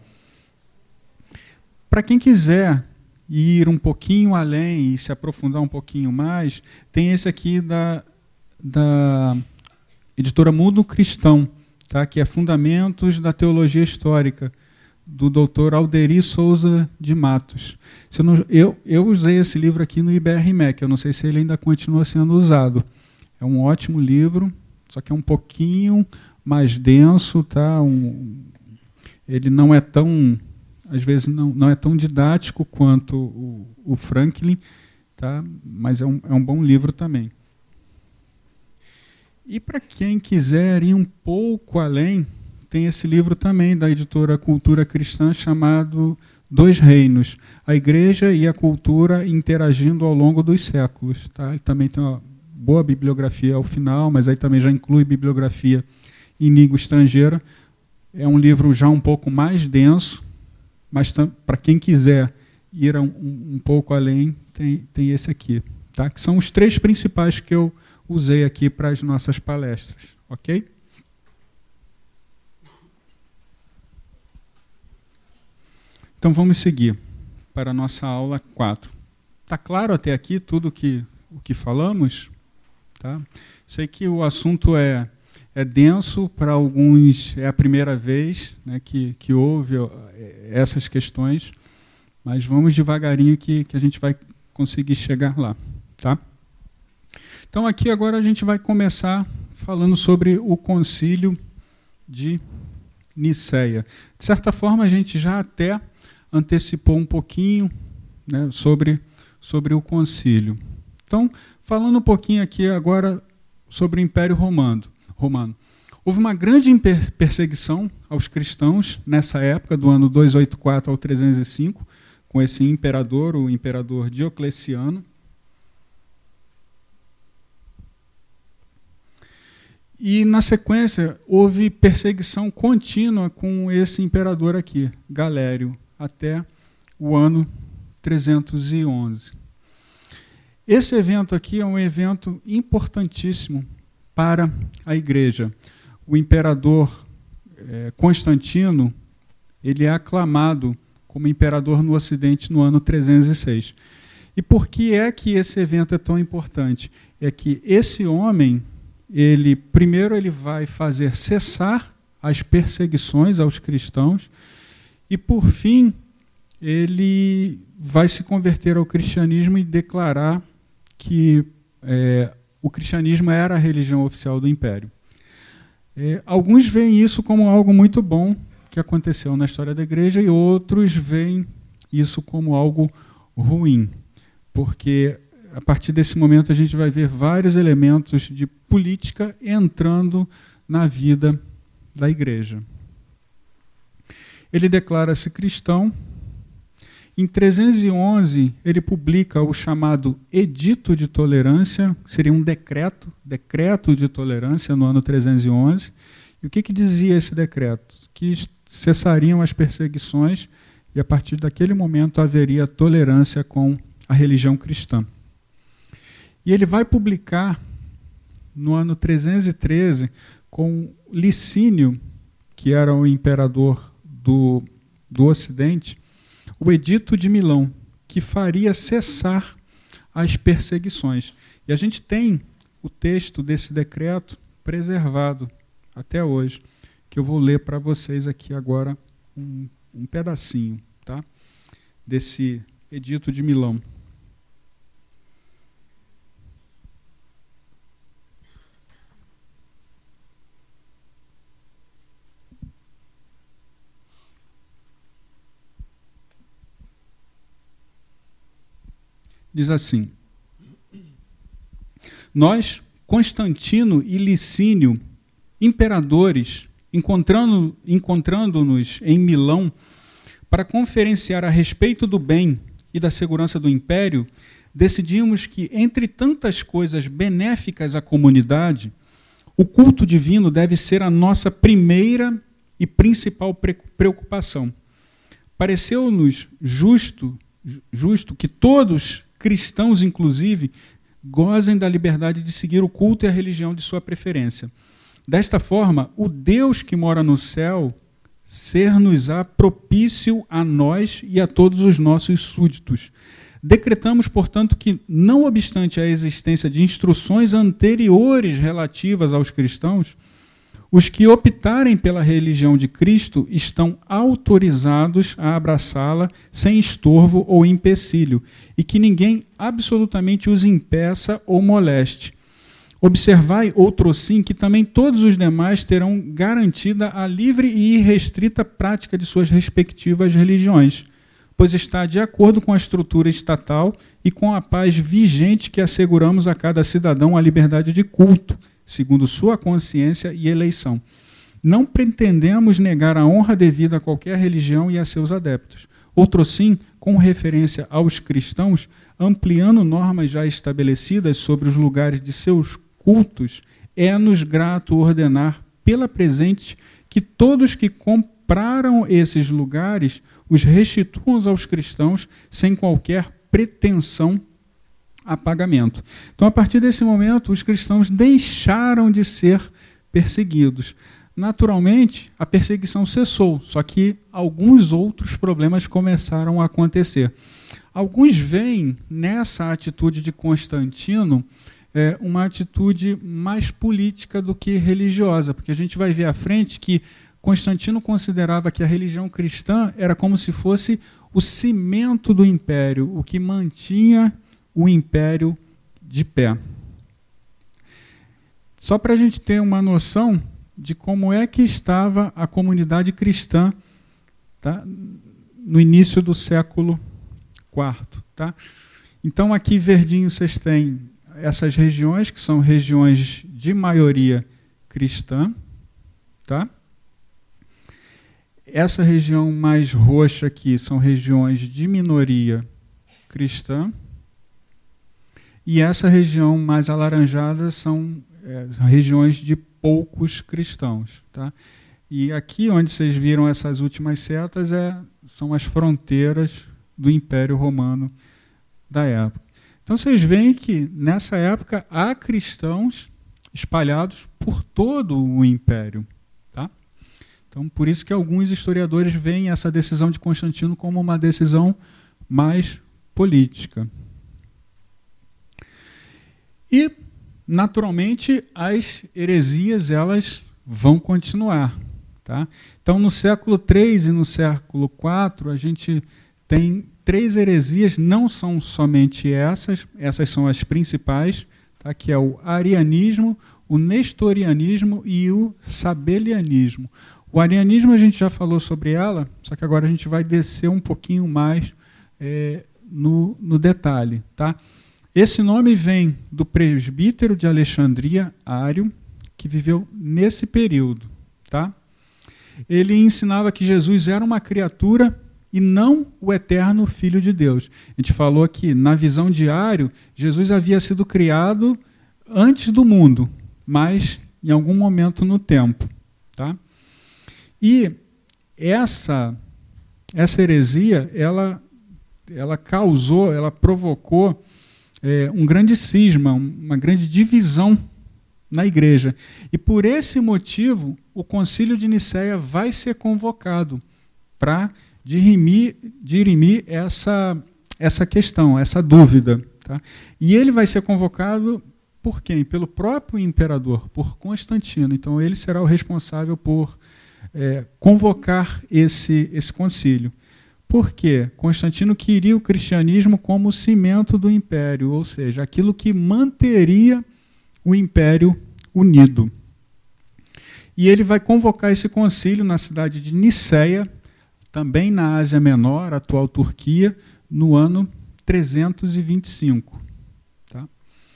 Para quem quiser ir um pouquinho além e se aprofundar um pouquinho mais, tem esse aqui da da editora Mundo Cristão, tá? Que é Fundamentos da Teologia Histórica, do doutor Alderi Souza de Matos. Se eu, não, eu, eu usei esse livro aqui no I B R M E C, eu não sei se ele ainda continua sendo usado. É um ótimo livro, só que é um pouquinho mais denso, tá? Um, ele não é tão, às vezes, não, não é tão didático quanto o, o Franklin, tá? Mas é um, é um bom livro também. E para quem quiser ir um pouco além, tem esse livro também da editora Cultura Cristã chamado Dois Reinos, a Igreja e a Cultura Interagindo ao Longo dos Séculos. Tá? Ele também tem uma boa bibliografia ao final, mas aí também já inclui bibliografia em língua estrangeira. É um livro já um pouco mais denso, mas para quem quiser ir um, um pouco além, tem, tem esse aqui. Tá? Que são os três principais que eu usei aqui para as nossas palestras, ok? Então vamos seguir para a nossa aula quatro. Está claro até aqui tudo que, o que falamos? Tá? Sei que o assunto é, é denso, para alguns é a primeira vez, né, que, que houve essas questões, mas vamos devagarinho que, que a gente vai conseguir chegar lá. Tá? Então aqui agora a gente vai começar falando sobre o concílio de Niceia. De certa forma a gente já até antecipou um pouquinho, né, sobre, sobre o concílio. Então, falando um pouquinho aqui agora sobre o Império Romano. Romano. Houve uma grande perseguição aos cristãos nessa época, do ano duzentos e oitenta e quatro ao trezentos e cinco, com esse imperador, o imperador Diocleciano. E, na sequência, houve perseguição contínua com esse imperador aqui, Galério, até o ano trezentos e onze. Esse evento aqui é um evento importantíssimo para a igreja. O imperador eh, Constantino, ele é aclamado como imperador no Ocidente no ano trezentos e seis. E por que é que esse evento é tão importante? É que esse homem, ele primeiro ele vai fazer cessar as perseguições aos cristãos e, por fim, ele vai se converter ao cristianismo e declarar que é, o cristianismo era a religião oficial do Império. É, alguns veem isso como algo muito bom que aconteceu na história da igreja e outros veem isso como algo ruim, porque a partir desse momento a gente vai ver vários elementos de política entrando na vida da igreja. Ele declara-se cristão. Em trezentos e onze, ele publica o chamado Edito de Tolerância, que seria um decreto, decreto de tolerância no ano trezentos e onze. E o que, que dizia esse decreto? Que cessariam as perseguições e, a partir daquele momento, haveria tolerância com a religião cristã. E ele vai publicar, no ano trezentos e treze, com Licínio, que era o imperador do, do Ocidente, o Edito de Milão, que faria cessar as perseguições. E a gente tem o texto desse decreto preservado até hoje, que eu vou ler para vocês aqui agora um, um pedacinho, tá? Desse Edito de Milão. Diz assim: nós, Constantino e Licínio, imperadores, encontrando, encontrando-nos em Milão para conferenciar a respeito do bem e da segurança do império, decidimos que, entre tantas coisas benéficas à comunidade, o culto divino deve ser a nossa primeira e principal preocupação. Pareceu-nos justo, justo que todos, cristãos inclusive, gozem da liberdade de seguir o culto e a religião de sua preferência. Desta forma, o Deus que mora no céu ser-nos-á propício a nós e a todos os nossos súditos. Decretamos, portanto, que, não obstante a existência de instruções anteriores relativas aos cristãos, os que optarem pela religião de Cristo estão autorizados a abraçá-la sem estorvo ou empecilho, e que ninguém absolutamente os impeça ou moleste. Observai, outrossim, que também todos os demais terão garantida a livre e irrestrita prática de suas respectivas religiões, pois está de acordo com a estrutura estatal e com a paz vigente que asseguramos a cada cidadão a liberdade de culto, segundo sua consciência e eleição. Não pretendemos negar a honra devida a qualquer religião e a seus adeptos. Outrossim, com referência aos cristãos, ampliando normas já estabelecidas sobre os lugares de seus cultos, é-nos grato ordenar pela presente que todos que compraram esses lugares os restituam aos cristãos sem qualquer pretensão a pagamento. Então, a partir desse momento, os cristãos deixaram de ser perseguidos. naturalmente, a perseguição cessou, só que alguns outros problemas começaram a acontecer. Alguns veem nessa atitude de Constantino é, uma atitude mais política do que religiosa, porque a gente vai ver à frente que Constantino considerava que a religião cristã era como se fosse o cimento do império, o que mantinha o império de pé. Só para a gente ter uma noção de como é que estava a comunidade cristã, tá, no início do século quarto. Tá? Então, aqui verdinho vocês têm essas regiões, que são regiões de maioria cristã. Tá? Essa região mais roxa aqui são regiões de minoria cristã. E essa região mais alaranjada são é, regiões de poucos cristãos. Tá? E aqui onde vocês viram essas últimas setas é, são as fronteiras do Império Romano da época. Então vocês veem que nessa época há cristãos espalhados por todo o Império. Tá? Então por isso que alguns historiadores veem essa decisão de Constantino como uma decisão mais política. E, naturalmente, as heresias elas vão continuar. Tá? Então, no século três e no século quatro, a gente tem três heresias, não são somente essas, essas são as principais, tá? Que é o arianismo, o nestorianismo e o sabelianismo. O arianismo a gente já falou sobre ela, só que agora a gente vai descer um pouquinho mais é, no, no detalhe. Tá? Esse nome vem do presbítero de Alexandria, Ário, que viveu nesse período. Tá? Ele ensinava que Jesus era uma criatura e não o eterno Filho de Deus. A gente falou que, na visão de Ário, Jesus havia sido criado antes do mundo, mas em algum momento no tempo. Tá? E essa, essa heresia, ela, ela causou, ela provocou É, um grande cisma, uma grande divisão na igreja. E por esse motivo, o Concílio de Nicéia vai ser convocado para dirimir, dirimir essa, essa questão, essa dúvida. Tá? E ele vai ser convocado por quem? Pelo próprio imperador, por Constantino. Então ele será o responsável por é, convocar esse, esse concílio. Por quê? Constantino queria o cristianismo como cimento do império, ou seja, aquilo que manteria o império unido. E ele vai convocar esse concílio na cidade de Nicéia, também na Ásia Menor, atual Turquia, no ano trezentos e vinte e cinco. Tá?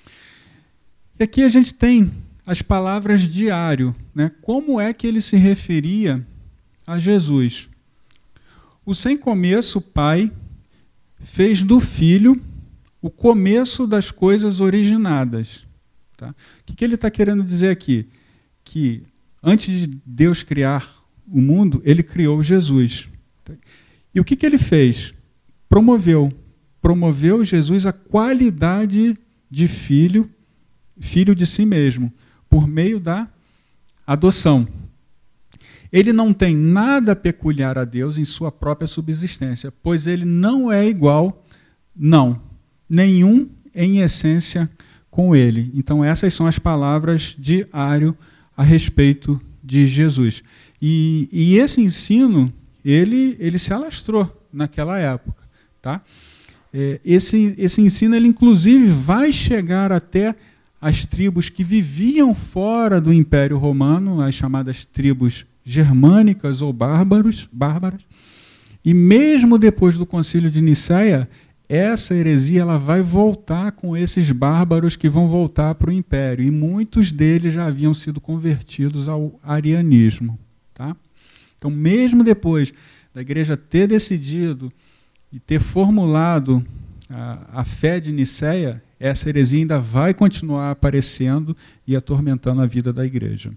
E aqui a gente tem as palavras de Ário, né? Como é que ele se referia a Jesus? O sem começo, Pai, fez do Filho o começo das coisas originadas. Tá? O que ele está querendo dizer aqui? Que antes de Deus criar o mundo, ele criou Jesus. E o que ele fez? Promoveu. Promoveu Jesus a qualidade de filho, filho de si mesmo, por meio da adoção. Ele não tem nada peculiar a Deus em sua própria subsistência, pois ele não é igual, não, nenhum em essência com ele. Então essas são as palavras de Ário a respeito de Jesus. E, e esse ensino, ele, ele se alastrou naquela época. Tá? É, esse, esse ensino, ele inclusive vai chegar até as tribos que viviam fora do Império Romano, as chamadas tribos germânicas ou bárbaros, bárbaras, e mesmo depois do Concílio de Nicéia, essa heresia ela vai voltar com esses bárbaros que vão voltar para o Império, e muitos deles já haviam sido convertidos ao arianismo. Tá? Então, mesmo depois da igreja ter decidido e ter formulado a, a fé de Nicéia, essa heresia ainda vai continuar aparecendo e atormentando a vida da igreja.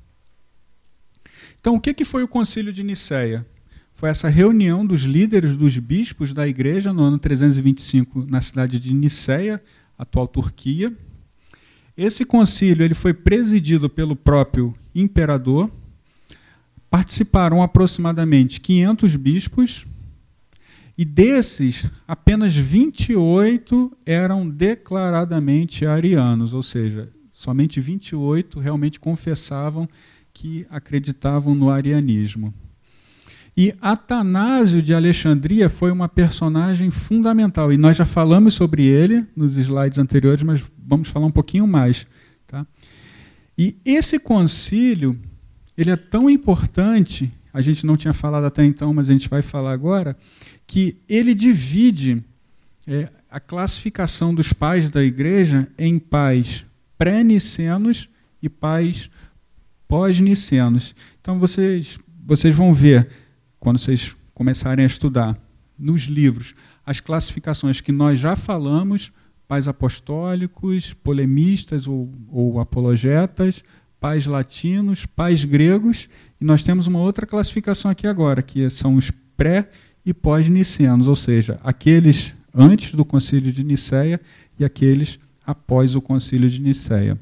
Então, o que foi o Concílio de Nicéia? Foi essa reunião dos líderes dos bispos da igreja no ano trezentos e vinte e cinco na cidade de Nicéia, atual Turquia. Esse concílio ele foi presidido pelo próprio imperador participaram aproximadamente quinhentos bispos, e desses, apenas vinte e oito eram declaradamente arianos, ou seja, somente vinte e oito realmente confessavam que acreditavam no arianismo. E Atanásio de Alexandria foi uma personagem fundamental, e nós já falamos sobre ele nos slides anteriores, mas vamos falar um pouquinho mais. Tá? E esse concílio, ele é tão importante, a gente não tinha falado até então, mas a gente vai falar agora, que ele divide é, a classificação dos pais da igreja em pais pré-nicenos e pais pós-nicenos. Então, vocês, vocês vão ver, quando vocês começarem a estudar nos livros, as classificações que nós já falamos, pais apostólicos, polemistas ou, ou apologetas, pais latinos, pais gregos, e nós temos uma outra classificação aqui agora, que são os pré- e pós-nicenos, ou seja, aqueles antes do concílio de Nicéia e aqueles após o concílio de Nicéia.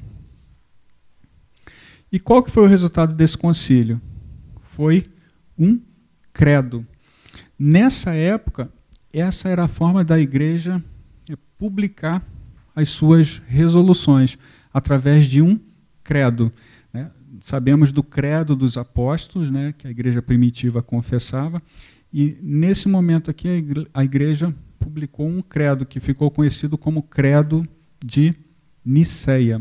E qual que foi o resultado desse concílio? Foi um credo. Nessa época, essa era a forma da igreja publicar as suas resoluções, através de um credo. Né? Sabemos do credo dos apóstolos, né, que a igreja primitiva confessava, e nesse momento aqui a igreja publicou um credo que ficou conhecido como Credo de Nicéia.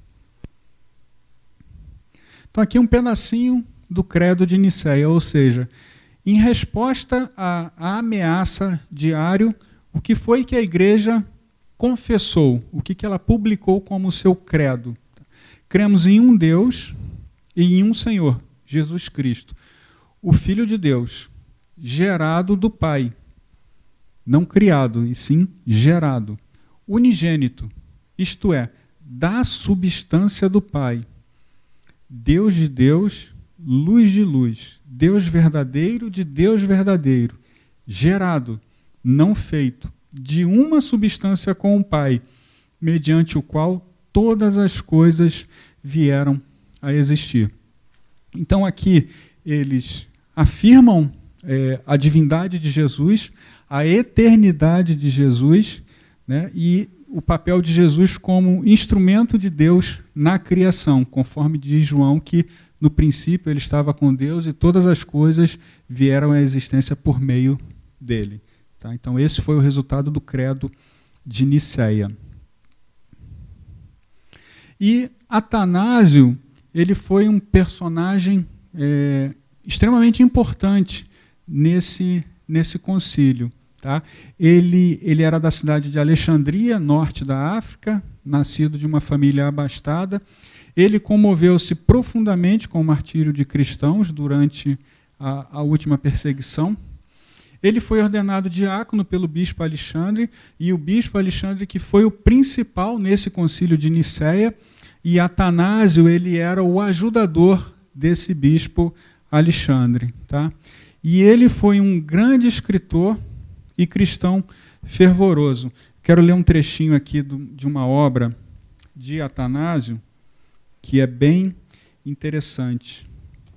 Então aqui um pedacinho do Credo de Nicéia, ou seja, em resposta à, à ameaça de Ário, o que foi que a igreja confessou, o que, que ela publicou como seu credo? Cremos em um Deus e em um Senhor, Jesus Cristo, o Filho de Deus, gerado do Pai, não criado, e sim gerado, unigênito, isto é, da substância do Pai, Deus de Deus, luz de luz, Deus verdadeiro de Deus verdadeiro, gerado, não feito, de uma substância com o Pai, mediante o qual todas as coisas vieram a existir. Então aqui eles afirmam é, a divindade de Jesus, a eternidade de Jesus, né, e o papel de Jesus como instrumento de Deus na criação, conforme diz João que no princípio ele estava com Deus e todas as coisas vieram à existência por meio dele. Tá? Então esse foi o resultado do credo de Nicéia. E Atanásio, ele foi um personagem é, extremamente importante nesse, nesse concílio. Tá? Ele, ele era da cidade de Alexandria, norte da África, nascido de uma família abastada. Ele comoveu-se profundamente com o martírio de cristãos durante a, a última perseguição. Ele foi ordenado diácono pelo bispo Alexandre, e o bispo Alexandre que foi o principal nesse concílio de Nicéia, e Atanásio ele era o ajudador desse bispo Alexandre. Tá? E ele foi um grande escritor e cristão fervoroso. Quero ler um trechinho aqui do, de uma obra de Atanásio, que é bem interessante.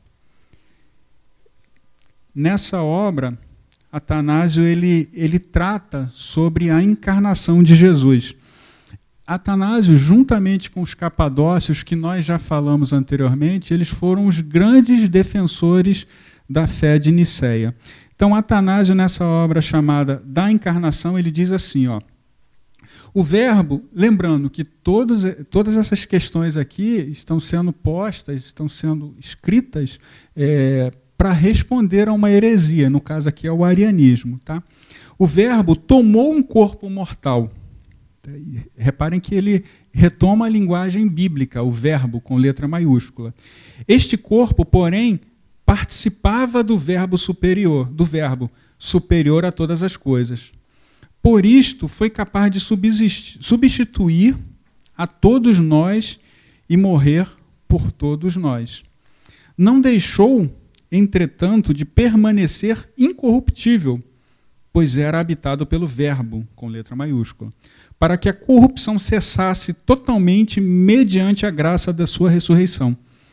Nessa obra, Atanásio ele, ele trata sobre a encarnação de Jesus. Atanásio, juntamente com os capadócios, que nós já falamos anteriormente, eles foram os grandes defensores da fé de Nicéia. Então, Atanásio, nessa obra chamada Da Encarnação, ele diz assim, ó, o verbo, lembrando que todos, todas essas questões aqui estão sendo postas, estão sendo escritas é, para responder a uma heresia, no caso aqui é o arianismo. Tá? O verbo tomou um corpo mortal. Reparem que ele retoma a linguagem bíblica, o verbo com letra maiúscula. Este corpo, porém, participava do verbo superior, do verbo superior a todas as coisas. Por isto, foi capaz de substituir a todos nós e morrer por todos nós. Não deixou, entretanto, de permanecer incorruptível, pois era habitado pelo verbo, com letra maiúscula, para que a corrupção cessasse totalmente mediante a graça da sua ressurreição.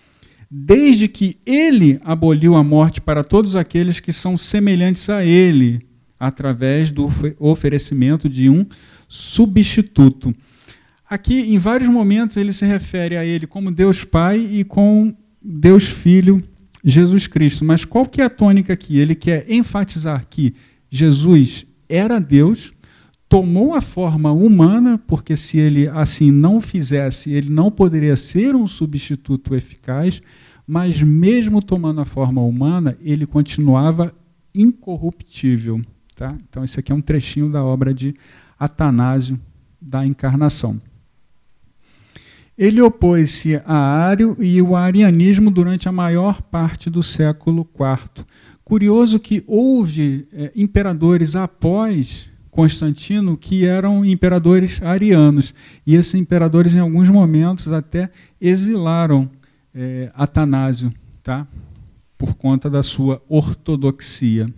desde que ele aboliu a morte para todos aqueles que são semelhantes a ele, através do oferecimento de um substituto. Aqui, em vários momentos, ele se refere a ele como Deus Pai e com Deus Filho, Jesus Cristo. Mas qual que é a tônica aqui? Ele quer enfatizar que Jesus era Deus, tomou a forma humana, porque se ele assim não fizesse, ele não poderia ser um substituto eficaz, mas mesmo tomando a forma humana, ele continuava incorruptível. Tá? Então, esse aqui é um trechinho da obra de Atanásio, da Encarnação. Ele opôs-se a Ário e o arianismo durante a maior parte do século quarto. Curioso que houve é, imperadores após Constantino que eram imperadores arianos, e esses imperadores, em alguns momentos, até exilaram é, Atanásio, tá? Por conta da sua ortodoxia.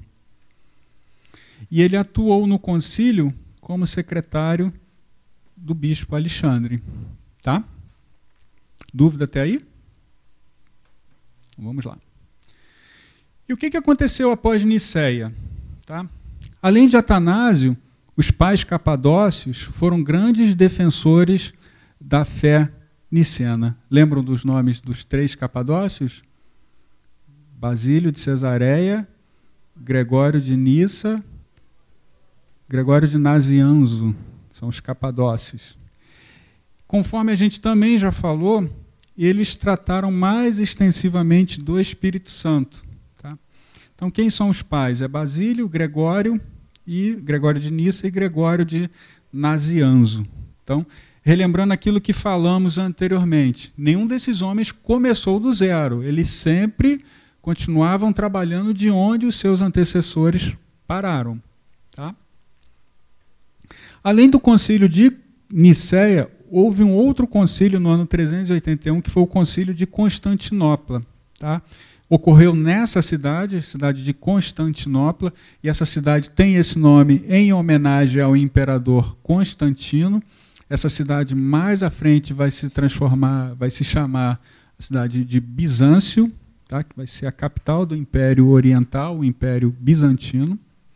E ele atuou no concílio como secretário do bispo Alexandre. Tá? Dúvida até aí? Vamos lá. E o que aconteceu após Nicéia? Tá? Além de Atanásio, os pais capadócios foram grandes defensores da fé nicena. Lembram dos nomes dos três capadócios? Basílio de Cesareia, Gregório de Nissa, Gregório de Nazianzo, são os capadócios. Conforme a gente também já falou, eles trataram mais extensivamente do Espírito Santo. Tá? Então, quem são os pais? É Basílio, Gregório, e Gregório de Nissa e Gregório de Nazianzo. Então, relembrando aquilo que falamos anteriormente, nenhum desses homens começou do zero, eles sempre continuavam trabalhando de onde os seus antecessores pararam. Tá? Além do concílio de Nicéia, houve um outro concílio no ano trezentos e oitenta e um, que foi o concílio de Constantinopla. Tá? Ocorreu nessa cidade, cidade de Constantinopla, e essa cidade tem esse nome em homenagem ao imperador Constantino. Essa cidade mais à frente vai se transformar, vai se chamar a cidade de Bizâncio, tá? Que vai ser a capital do Império Oriental, o Império Bizantino.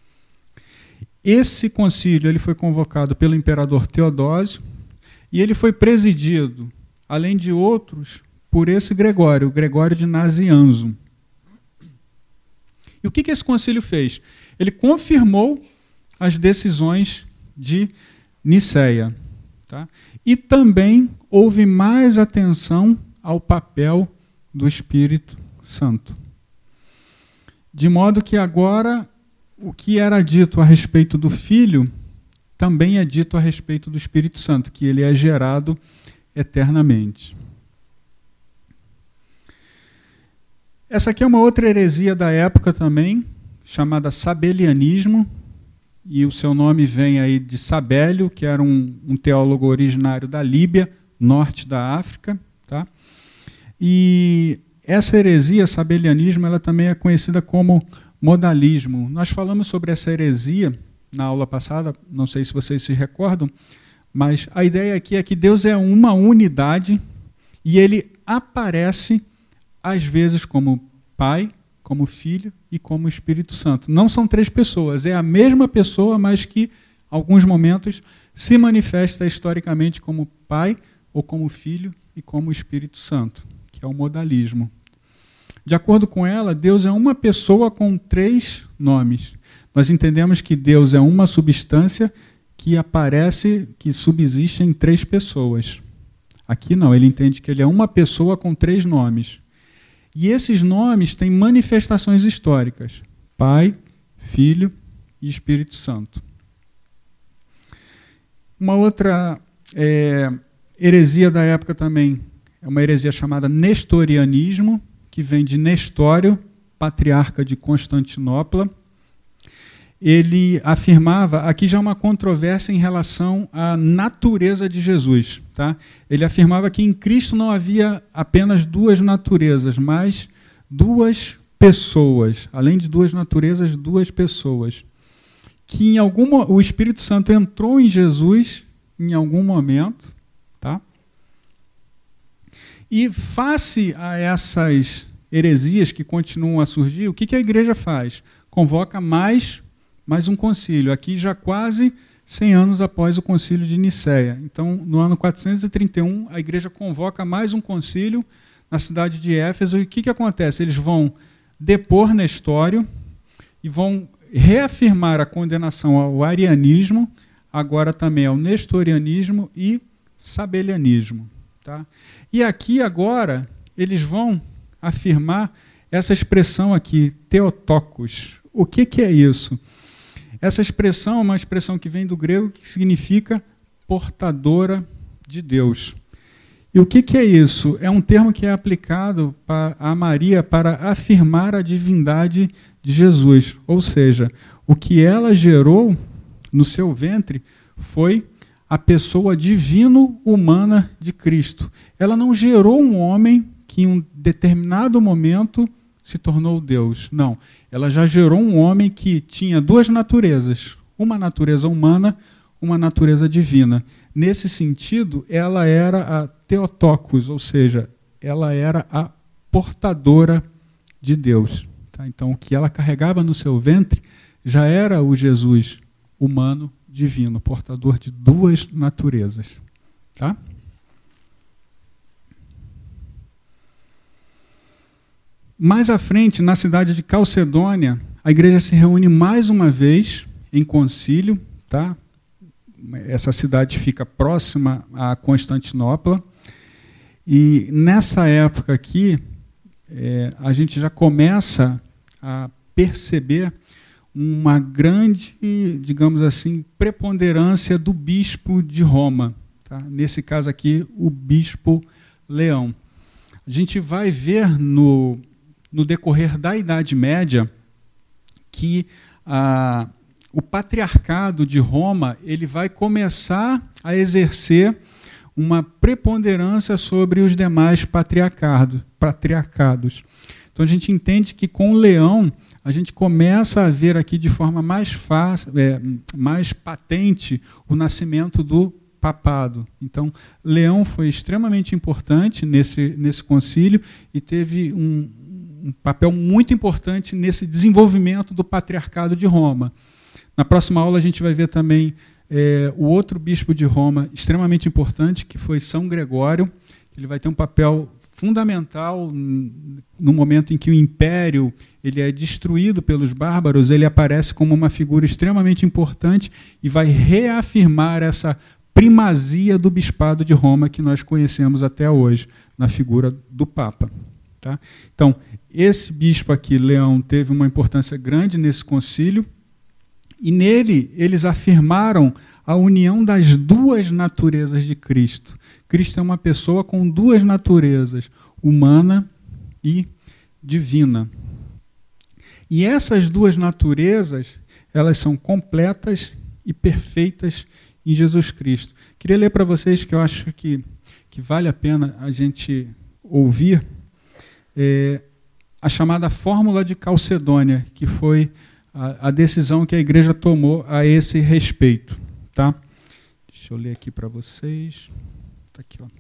Esse concílio ele foi convocado pelo imperador Teodósio e ele foi presidido, além de outros, por esse Gregório, o Gregório de Nazianzo. E o que, que esse concílio fez? Ele confirmou as decisões de Nicéia. Tá? E também houve mais atenção ao papel do Espírito Santo. De modo que agora o que era dito a respeito do Filho também é dito a respeito do Espírito Santo, que ele é gerado eternamente. Essa aqui é uma outra heresia da época também, chamada sabelianismo, e o seu nome vem aí de Sabélio, que era um, um teólogo originário da Líbia, norte da África. Tá? E essa heresia, sabelianismo, ela também é conhecida como modalismo. Nós falamos sobre essa heresia na aula passada, não sei se vocês se recordam, mas a ideia aqui é que Deus é uma unidade e ele aparece às vezes como Pai, como Filho e como Espírito Santo. Não são três pessoas, é a mesma pessoa, mas que, em alguns momentos, se manifesta historicamente como Pai, ou como Filho e como Espírito Santo, que é o modalismo. De acordo com ela, Deus é uma pessoa com três nomes. Nós entendemos que Deus é uma substância que aparece, que subsiste em três pessoas. Aqui não, ele entende que ele é uma pessoa com três nomes. E esses nomes têm manifestações históricas: Pai, Filho e Espírito Santo. Uma outra é, heresia da época também é uma heresia chamada nestorianismo, que vem de Nestório, patriarca de Constantinopla. Ele afirmava, aqui já uma controvérsia em relação à natureza de Jesus. Tá? Ele afirmava que em Cristo não havia apenas duas naturezas, mas duas pessoas. Além de duas naturezas, duas pessoas. Que em algum, o Espírito Santo entrou em Jesus em algum momento. Tá? E face a essas heresias que continuam a surgir, o que, que a igreja faz? Convoca mais, mais um concílio, aqui já quase cem anos após o concílio de Nicéia. Então, no ano quatrocentos e trinta e um, a igreja convoca mais um concílio na cidade de Éfeso, e o que, que acontece? Eles vão depor Nestório e vão reafirmar a condenação ao arianismo, agora também ao nestorianismo e sabelianismo. Tá? E aqui agora eles vão afirmar essa expressão aqui, Theotokos. O que, que é isso? Essa expressão é uma expressão que vem do grego que significa portadora de Deus. E o que, que é isso? É um termo que é aplicado a Maria para afirmar a divindade de Jesus. Ou seja, o que ela gerou no seu ventre foi a pessoa divino-humana de Cristo. Ela não gerou um homem que em um determinado momento se tornou Deus. Não. Ela já gerou um homem que tinha duas naturezas, uma natureza humana, uma natureza divina. Nesse sentido, ela era a Theotokos, ou seja, ela era a portadora de Deus. Tá? Então, o que ela carregava no seu ventre já era o Jesus humano divino, portador de duas naturezas. Tá? Mais à frente, na cidade de Calcedônia, a igreja se reúne mais uma vez em concílio. Tá? Essa cidade fica próxima a Constantinopla. E nessa época aqui, é, a gente já começa a perceber uma grande, digamos assim, preponderância do bispo de Roma. Tá? Nesse caso aqui, o bispo Leão. A gente vai ver no, no decorrer da Idade Média que a, o patriarcado de Roma ele vai começar a exercer uma preponderância sobre os demais patriarcados. patriarcados. Então a gente entende que com Leão a gente começa a ver aqui de forma mais fácil, é, mais patente o nascimento do papado. Então Leão foi extremamente importante nesse, nesse concílio e teve um, um papel muito importante nesse desenvolvimento do patriarcado de Roma. Na próxima aula a gente vai ver também é, o outro bispo de Roma extremamente importante, que foi São Gregório. Ele vai ter um papel fundamental no momento em que o império ele é destruído pelos bárbaros. Ele aparece como uma figura extremamente importante e vai reafirmar essa primazia do bispado de Roma que nós conhecemos até hoje, na figura do Papa. Tá? Então, esse bispo aqui, Leão, teve uma importância grande nesse concílio, e nele eles afirmaram a união das duas naturezas de Cristo. Cristo é uma pessoa com duas naturezas, humana e divina. E essas duas naturezas, elas são completas e perfeitas em Jesus Cristo. Queria ler para vocês, que eu acho que, que vale a pena a gente ouvir, é, a chamada Fórmula de Calcedônia, que foi a, a decisão que a igreja tomou a esse respeito. Tá? Deixa eu ler aqui para vocês. Tá aqui, ó.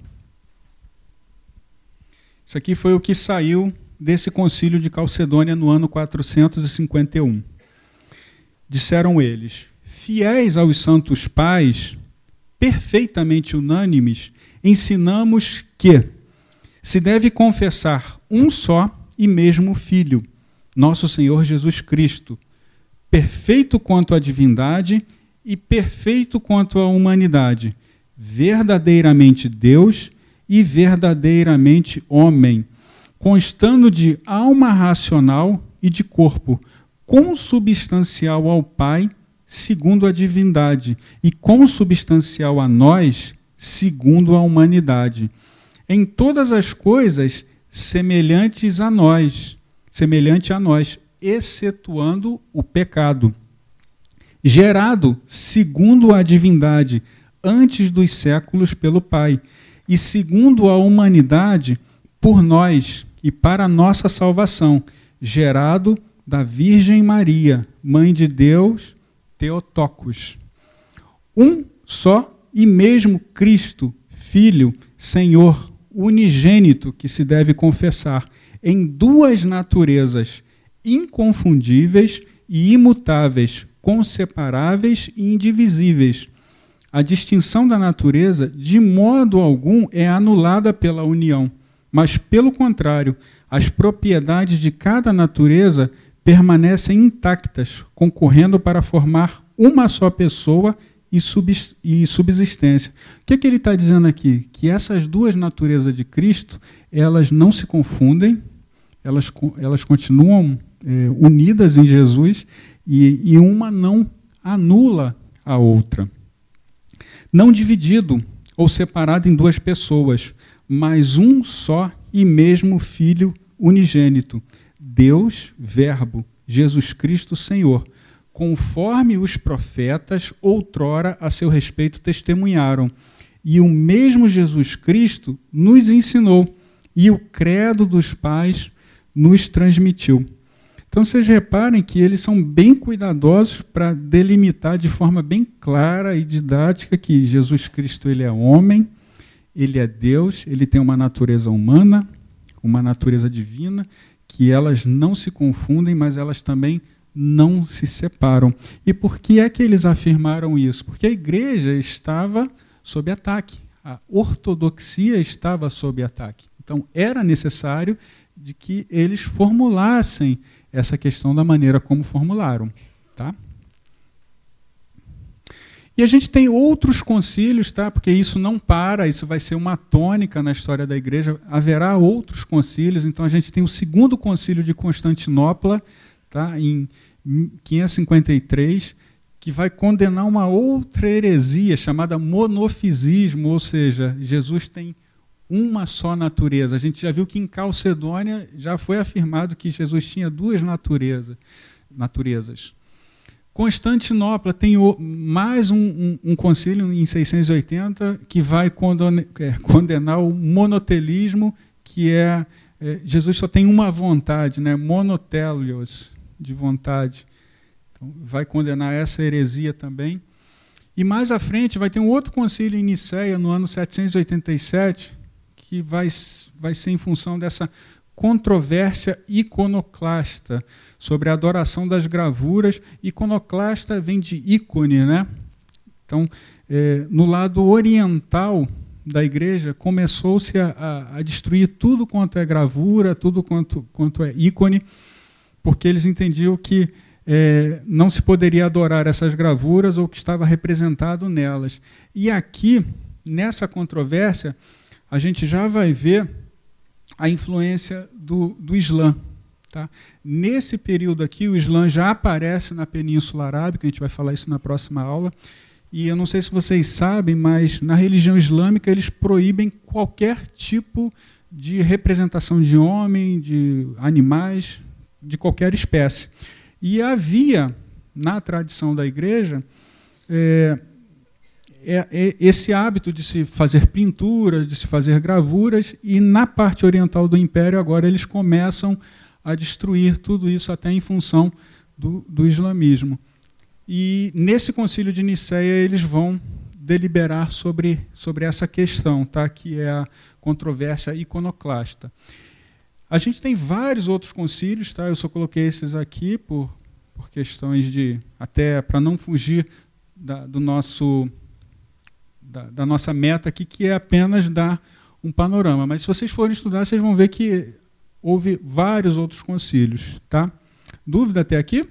Isso aqui foi o que saiu desse concílio de Calcedônia no ano quatrocentos e cinquenta e um. Disseram eles: fiéis aos santos pais, perfeitamente unânimes, ensinamos que se deve confessar um só e mesmo Filho, nosso Senhor Jesus Cristo, perfeito quanto à divindade e perfeito quanto à humanidade, verdadeiramente Deus e verdadeiramente homem, constando de alma racional e de corpo, consubstancial ao Pai, segundo a divindade, e consubstancial a nós, segundo a humanidade. Em todas as coisas, semelhantes a nós, semelhante a nós, excetuando o pecado, gerado segundo a divindade, antes dos séculos pelo Pai, e segundo a humanidade, por nós e para a nossa salvação, gerado da Virgem Maria, Mãe de Deus, Theotokos. Um só e mesmo Cristo, Filho, Senhor, unigênito que se deve confessar, em duas naturezas inconfundíveis e imutáveis, conseparáveis e indivisíveis. A distinção da natureza, de modo algum, é anulada pela união, mas, pelo contrário, as propriedades de cada natureza permanecem intactas, concorrendo para formar uma só pessoa e subsistência. O que é que ele está dizendo aqui? Que essas duas naturezas de Cristo, elas não se confundem, elas, elas continuam é, unidas em Jesus, e, e uma não anula a outra. Não dividido ou separado em duas pessoas, mas um só e mesmo Filho unigênito, Deus, Verbo, Jesus Cristo, Senhor, conforme os profetas outrora a seu respeito testemunharam. E o mesmo Jesus Cristo nos ensinou, e o credo dos pais nos transmitiu. Então, vocês reparem que eles são bem cuidadosos para delimitar de forma bem clara e didática que Jesus Cristo ele é homem, ele é Deus, ele tem uma natureza humana, uma natureza divina, que elas não se confundem, mas elas também não se separam. E por que é que eles afirmaram isso? Porque a igreja estava sob ataque, a ortodoxia estava sob ataque. Então, era necessário de que eles formulassem essa questão da maneira como formularam. Tá? E a gente tem outros concílios, tá? Porque isso não para, isso vai ser uma tônica na história da igreja, haverá outros concílios. Então, a gente tem o segundo concílio de Constantinopla, tá? Em quinhentos e cinquenta e três, que vai condenar uma outra heresia chamada monofisismo, ou seja, Jesus tem uma só natureza. A gente já viu que em Calcedônia já foi afirmado que Jesus tinha duas natureza, naturezas. Constantinopla tem o, mais um, um, um concílio em seiscentos e oitenta que vai condone, é, condenar o monotelismo, que é, é Jesus só tem uma vontade, né, monotelios, de vontade. Então, vai condenar essa heresia também. E mais à frente vai ter um outro concílio em Niceia, no ano setecentos e oitenta e sete, que vai, vai ser em função dessa controvérsia iconoclasta sobre a adoração das gravuras. Iconoclasta vem de ícone, né? Então, é, no lado oriental da igreja, começou-se a, a, a destruir tudo quanto é gravura, tudo quanto, quanto é ícone, porque eles entendiam que é, não se poderia adorar essas gravuras ou o que estava representado nelas. E aqui, nessa controvérsia, a gente já vai ver a influência do, do Islã. Tá? Nesse período aqui, o Islã já aparece na Península Arábica, a gente vai falar isso na próxima aula, e eu não sei se vocês sabem, mas na religião islâmica eles proíbem qualquer tipo de representação de homem, de animais, de qualquer espécie. E havia, na tradição da igreja, é, é, é esse hábito de se fazer pinturas, de se fazer gravuras, e na parte oriental do império agora eles começam a destruir tudo isso até em função do, do islamismo. E nesse concílio de Niceia eles vão deliberar sobre, sobre essa questão, tá? Que é a controvérsia iconoclasta. A gente tem vários outros concílios, tá? Eu só coloquei esses aqui por, por questões de, até para não fugir da, do nosso, da, da nossa meta aqui, que é apenas dar um panorama. Mas se vocês forem estudar, vocês vão ver que houve vários outros concílios. Tá? Dúvida até aqui?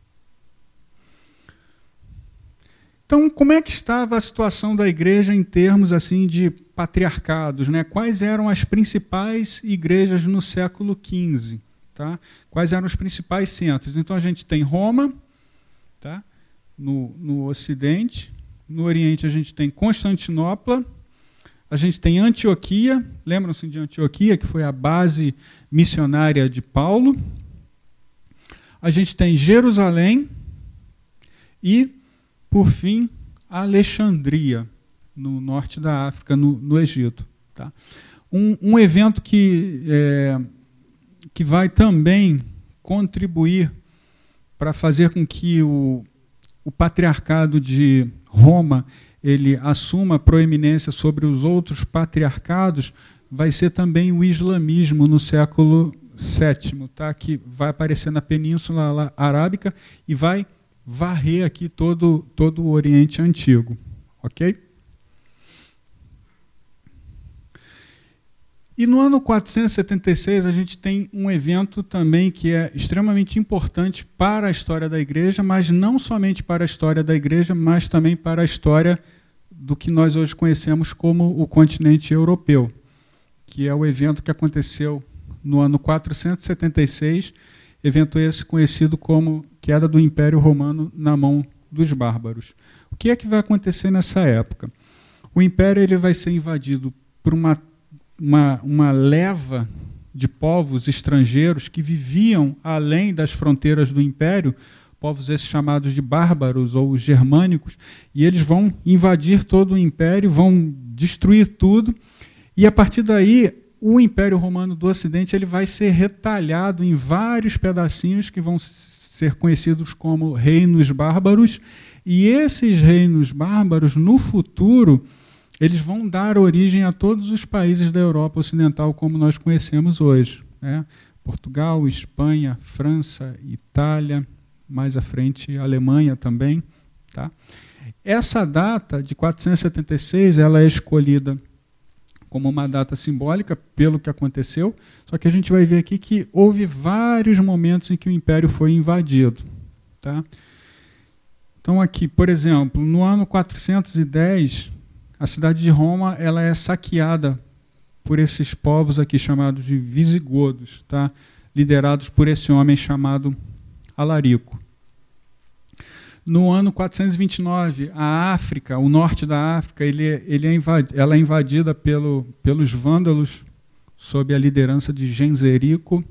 Então, como é que estava a situação da igreja em termos assim de patriarcados, né? Quais eram as principais igrejas no século quinze? Tá? Quais eram os principais centros? Então, a gente tem Roma, tá? no, no Ocidente. No Oriente, a gente tem Constantinopla. A gente tem Antioquia. Lembram-se de Antioquia, que foi a base missionária de Paulo. A gente tem Jerusalém e, por fim, Alexandria, no norte da África, no, no Egito. Tá? Um, um evento que, é, que vai também contribuir para fazer com que o, o patriarcado de Roma ele assuma proeminência sobre os outros patriarcados vai ser também o islamismo no século sétimo, tá? Que vai aparecer na Península Arábica e vai varrer aqui todo, todo o Oriente Antigo. Ok? E no ano quatrocentos e setenta e seis, a gente tem um evento também que é extremamente importante para a história da Igreja, mas não somente para a história da Igreja, mas também para a história do que nós hoje conhecemos como o continente europeu, que é o evento que aconteceu no ano quatrocentos e setenta e seis, evento esse conhecido como queda do Império Romano na mão dos bárbaros. O que é que vai acontecer nessa época? O Império ele vai ser invadido por uma Uma, uma leva de povos estrangeiros que viviam além das fronteiras do Império, povos esses chamados de bárbaros ou germânicos, e eles vão invadir todo o Império, vão destruir tudo, e a partir daí o Império Romano do Ocidente ele vai ser retalhado em vários pedacinhos que vão ser conhecidos como reinos bárbaros, e esses reinos bárbaros, no futuro, eles vão dar origem a todos os países da Europa Ocidental como nós conhecemos hoje, né? Portugal, Espanha, França, Itália, mais à frente Alemanha também. Tá? Essa data de quatrocentos e setenta e seis ela é escolhida como uma data simbólica pelo que aconteceu, só que a gente vai ver aqui que houve vários momentos em que o Império foi invadido. Tá? Então aqui, por exemplo, no ano quatrocentos e dez, a cidade de Roma ela é saqueada por esses povos aqui chamados de visigodos, tá? Liderados por esse homem chamado Alarico. No ano quatrocentos e vinte e nove, a África, o norte da África, ele, ele é invadi- ela é invadida pelo, pelos vândalos sob a liderança de Genserico.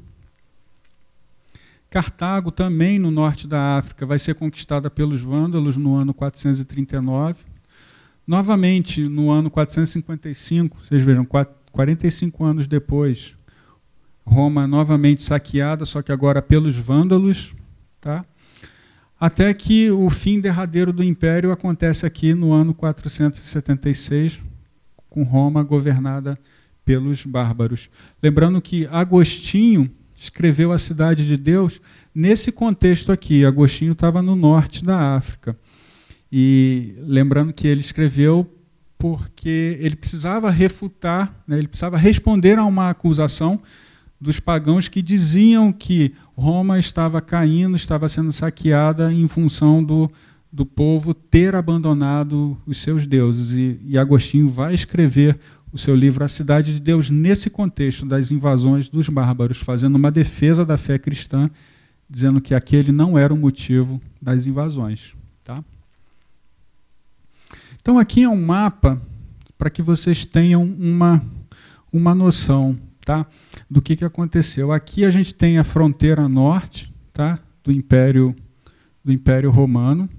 Cartago, também no norte da África, vai ser conquistada pelos vândalos no ano quatrocentos e trinta e nove. Novamente, no ano quatrocentos e cinquenta e cinco, vocês vejam, quarenta e cinco anos depois, Roma novamente saqueada, só que agora pelos vândalos, tá? Até que o fim derradeiro do Império acontece aqui no ano quatrocentos e setenta e seis, com Roma governada pelos bárbaros. Lembrando que Agostinho escreveu A Cidade de Deus nesse contexto aqui. Agostinho estava no norte da África. E lembrando que ele escreveu porque ele precisava refutar, né, ele precisava responder a uma acusação dos pagãos que diziam que Roma estava caindo, estava sendo saqueada em função do, do povo ter abandonado os seus deuses. E, e Agostinho vai escrever o seu livro A Cidade de Deus nesse contexto das invasões dos bárbaros, fazendo uma defesa da fé cristã, dizendo que aquele não era o motivo das invasões. Tá? Então, aqui é um mapa para que vocês tenham uma, uma noção, tá, do que, que aconteceu. Aqui a gente tem a fronteira norte, tá, do Império, do Império Romano.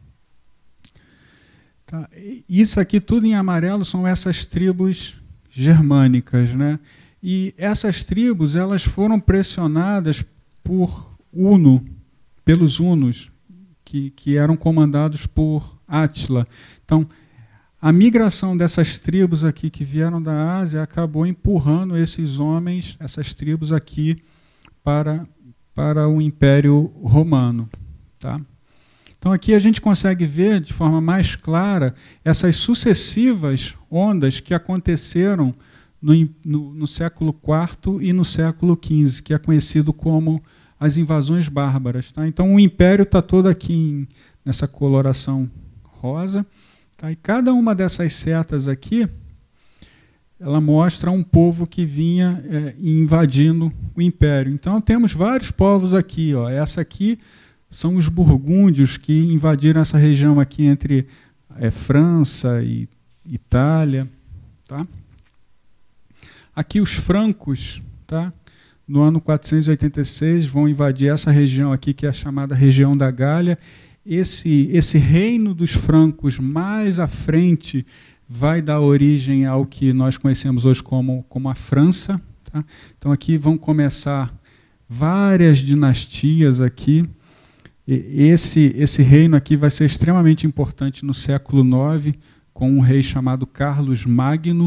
Tá? Isso aqui, tudo em amarelo, são essas tribos germânicas. Né? E essas tribos elas foram pressionadas por Huno, pelos hunos, que, que eram comandados por Átila. Então, a migração dessas tribos aqui que vieram da Ásia acabou empurrando esses homens, essas tribos aqui, para, para o Império Romano. Tá? Então, aqui a gente consegue ver de forma mais clara essas sucessivas ondas que aconteceram no, no, no século quarto e no século quinze, que é conhecido como as invasões bárbaras. Tá? Então, o Império está todo aqui em, nessa coloração rosa, tá? E cada uma dessas setas aqui, ela mostra um povo que vinha é, invadindo o Império. Então, temos vários povos aqui. Ó. Essa aqui são os burgúndios que invadiram essa região aqui entre é, França e Itália. Tá? Aqui os francos, tá? No ano quatrocentos e oitenta e seis, vão invadir essa região aqui, que é a chamada região da Gália. Esse, esse reino dos francos, mais à frente, vai dar origem ao que nós conhecemos hoje como, como a França. Tá? Então, aqui vão começar várias dinastias aqui. E esse, esse reino aqui vai ser extremamente importante no século nove, com um rei chamado Carlos Magno,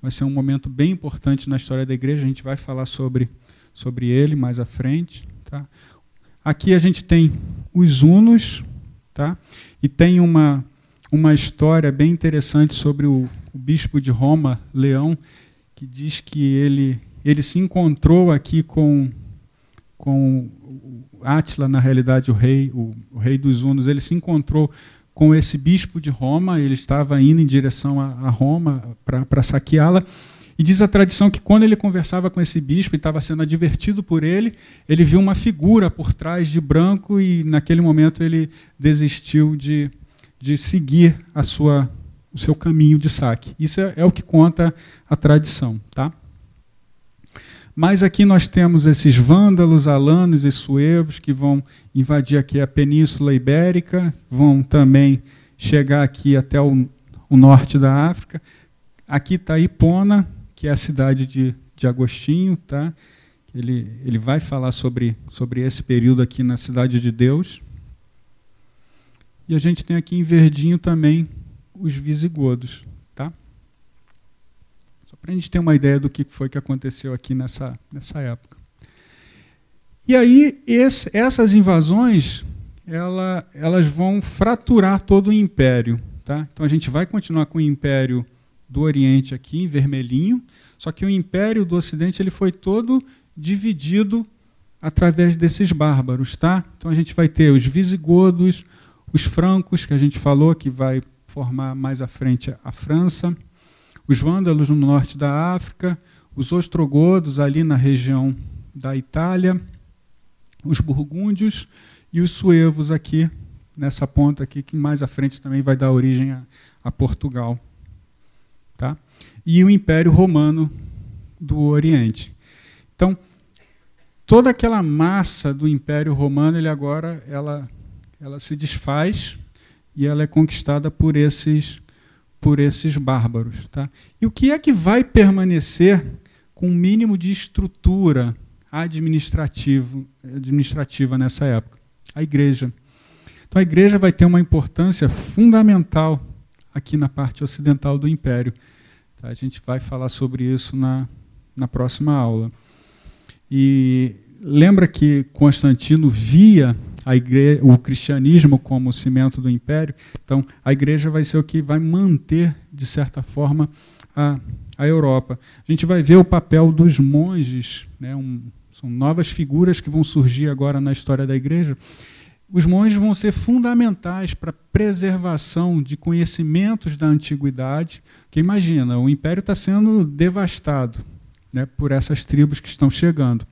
vai ser um momento bem importante na história da igreja, a gente vai falar sobre, sobre ele mais à frente. Tá? Aqui a gente tem os hunos, tá? E tem uma, uma história bem interessante sobre o, o bispo de Roma, Leão, que diz que ele, ele se encontrou aqui com, com Átila, na realidade o rei, o, o rei dos hunos, ele se encontrou com esse bispo de Roma, ele estava indo em direção a, a Roma para saqueá-la, e diz a tradição que quando ele conversava com esse bispo e estava sendo advertido por ele, ele viu uma figura por trás de branco e naquele momento ele desistiu de, de seguir a sua, o seu caminho de saque. Isso é, é o que conta a tradição. Tá? Mas aqui nós temos esses vândalos, alanos e suevos que vão invadir aqui a Península Ibérica, vão também chegar aqui até o, o norte da África. Aqui está Hipona, que é a cidade de, de Agostinho. Tá? Ele, ele vai falar sobre, sobre esse período aqui na Cidade de Deus. E a gente tem aqui em verdinho também os visigodos. Para a gente ter uma ideia do que foi que aconteceu aqui nessa, nessa época. E aí, esse, essas invasões, ela, elas vão fraturar todo o império. Tá? Então, a gente vai continuar com o império do Oriente aqui, em vermelhinho, só que o império do Ocidente ele foi todo dividido através desses bárbaros. Tá? Então, a gente vai ter os visigodos, os francos, que a gente falou, que vai formar mais à frente a França, os vândalos no norte da África, os ostrogodos ali na região da Itália, os burgúndios e os suevos aqui, nessa ponta aqui, que mais à frente também vai dar origem a, a Portugal. Tá? E o Império Romano do Oriente. Então, toda aquela massa do Império Romano, ele agora ela, ela se desfaz e ela é conquistada por esses por esses bárbaros. Tá? E o que é que vai permanecer com um mínimo de estrutura administrativo, administrativa nessa época? A igreja. Então a igreja vai ter uma importância fundamental aqui na parte ocidental do Império. Tá? A gente vai falar sobre isso na, na próxima aula. E lembra que Constantino via a igreja, o cristianismo como o cimento do império? Então, a igreja vai ser o que vai manter, de certa forma, a, a Europa. A gente vai ver o papel dos monges, né, um, são novas figuras que vão surgir agora na história da igreja. Os monges vão ser fundamentais para a preservação de conhecimentos da antiguidade, porque imagina, o império está sendo devastado, né, por essas tribos que estão chegando.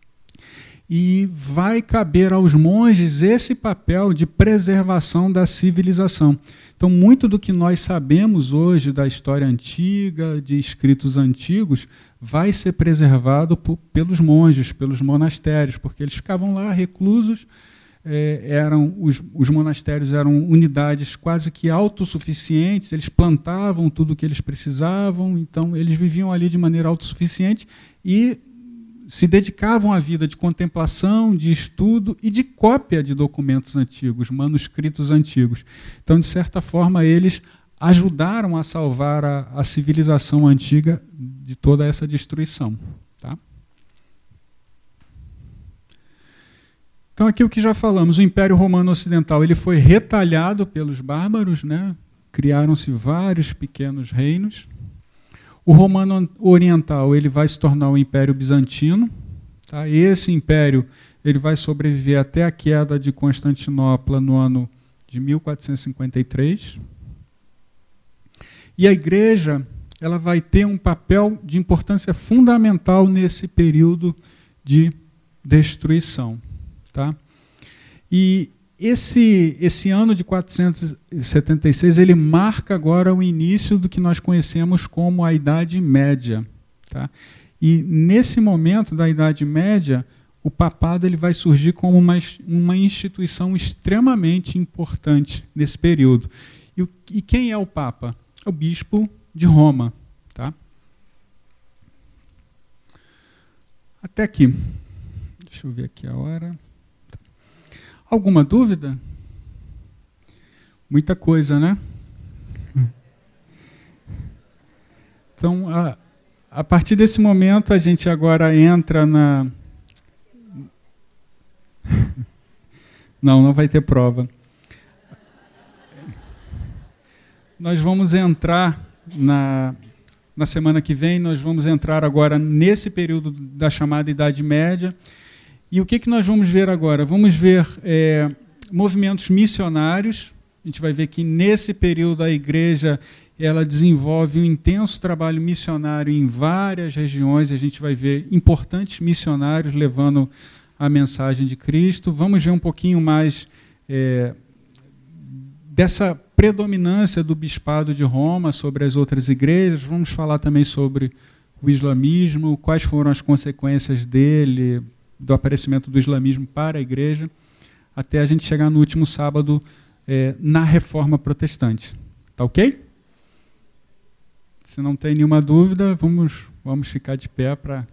E vai caber aos monges esse papel de preservação da civilização. Então, muito do que nós sabemos hoje da história antiga, de escritos antigos, vai ser preservado por, pelos monges, pelos monastérios, porque eles ficavam lá reclusos, eh, eram, os, os monastérios eram unidades quase que autossuficientes, eles plantavam tudo o que eles precisavam, então eles viviam ali de maneira autossuficiente e se dedicavam à vida de contemplação, de estudo e de cópia de documentos antigos, manuscritos antigos. Então, de certa forma, eles ajudaram a salvar a, a civilização antiga de toda essa destruição. Tá? Então, aqui o que já falamos, o Império Romano Ocidental ele foi retalhado pelos bárbaros, né? Criaram-se vários pequenos reinos. O Romano Oriental ele vai se tornar o Império Bizantino. Tá? Esse império ele vai sobreviver até a queda de Constantinopla no ano de mil quatrocentos e cinquenta e três. E a igreja ela vai ter um papel de importância fundamental nesse período de destruição. Tá? E Esse, esse ano de quatrocentos e setenta e seis ele marca agora o início do que nós conhecemos como a Idade Média. Tá? E nesse momento da Idade Média, o papado ele vai surgir como uma, uma instituição extremamente importante nesse período. E, e quem é o Papa? É o Bispo de Roma. Tá? Até aqui. Deixa eu ver aqui a hora. Alguma dúvida? Muita coisa, né? Então, a, a partir desse momento, a gente agora entra na... Não, não vai ter prova. Nós vamos entrar, na, na semana que vem, nós vamos entrar agora nesse período da chamada Idade Média. E o que, que nós vamos ver agora? Vamos ver é, movimentos missionários. A gente vai ver que nesse período a igreja ela desenvolve um intenso trabalho missionário em várias regiões. A gente vai ver importantes missionários levando a mensagem de Cristo. Vamos ver um pouquinho mais é, dessa predominância do bispado de Roma sobre as outras igrejas. Vamos falar também sobre o islamismo, quais foram as consequências dele, do aparecimento do islamismo para a igreja, até a gente chegar no último sábado é, na Reforma Protestante. Tá ok? Se não tem nenhuma dúvida, vamos, vamos ficar de pé para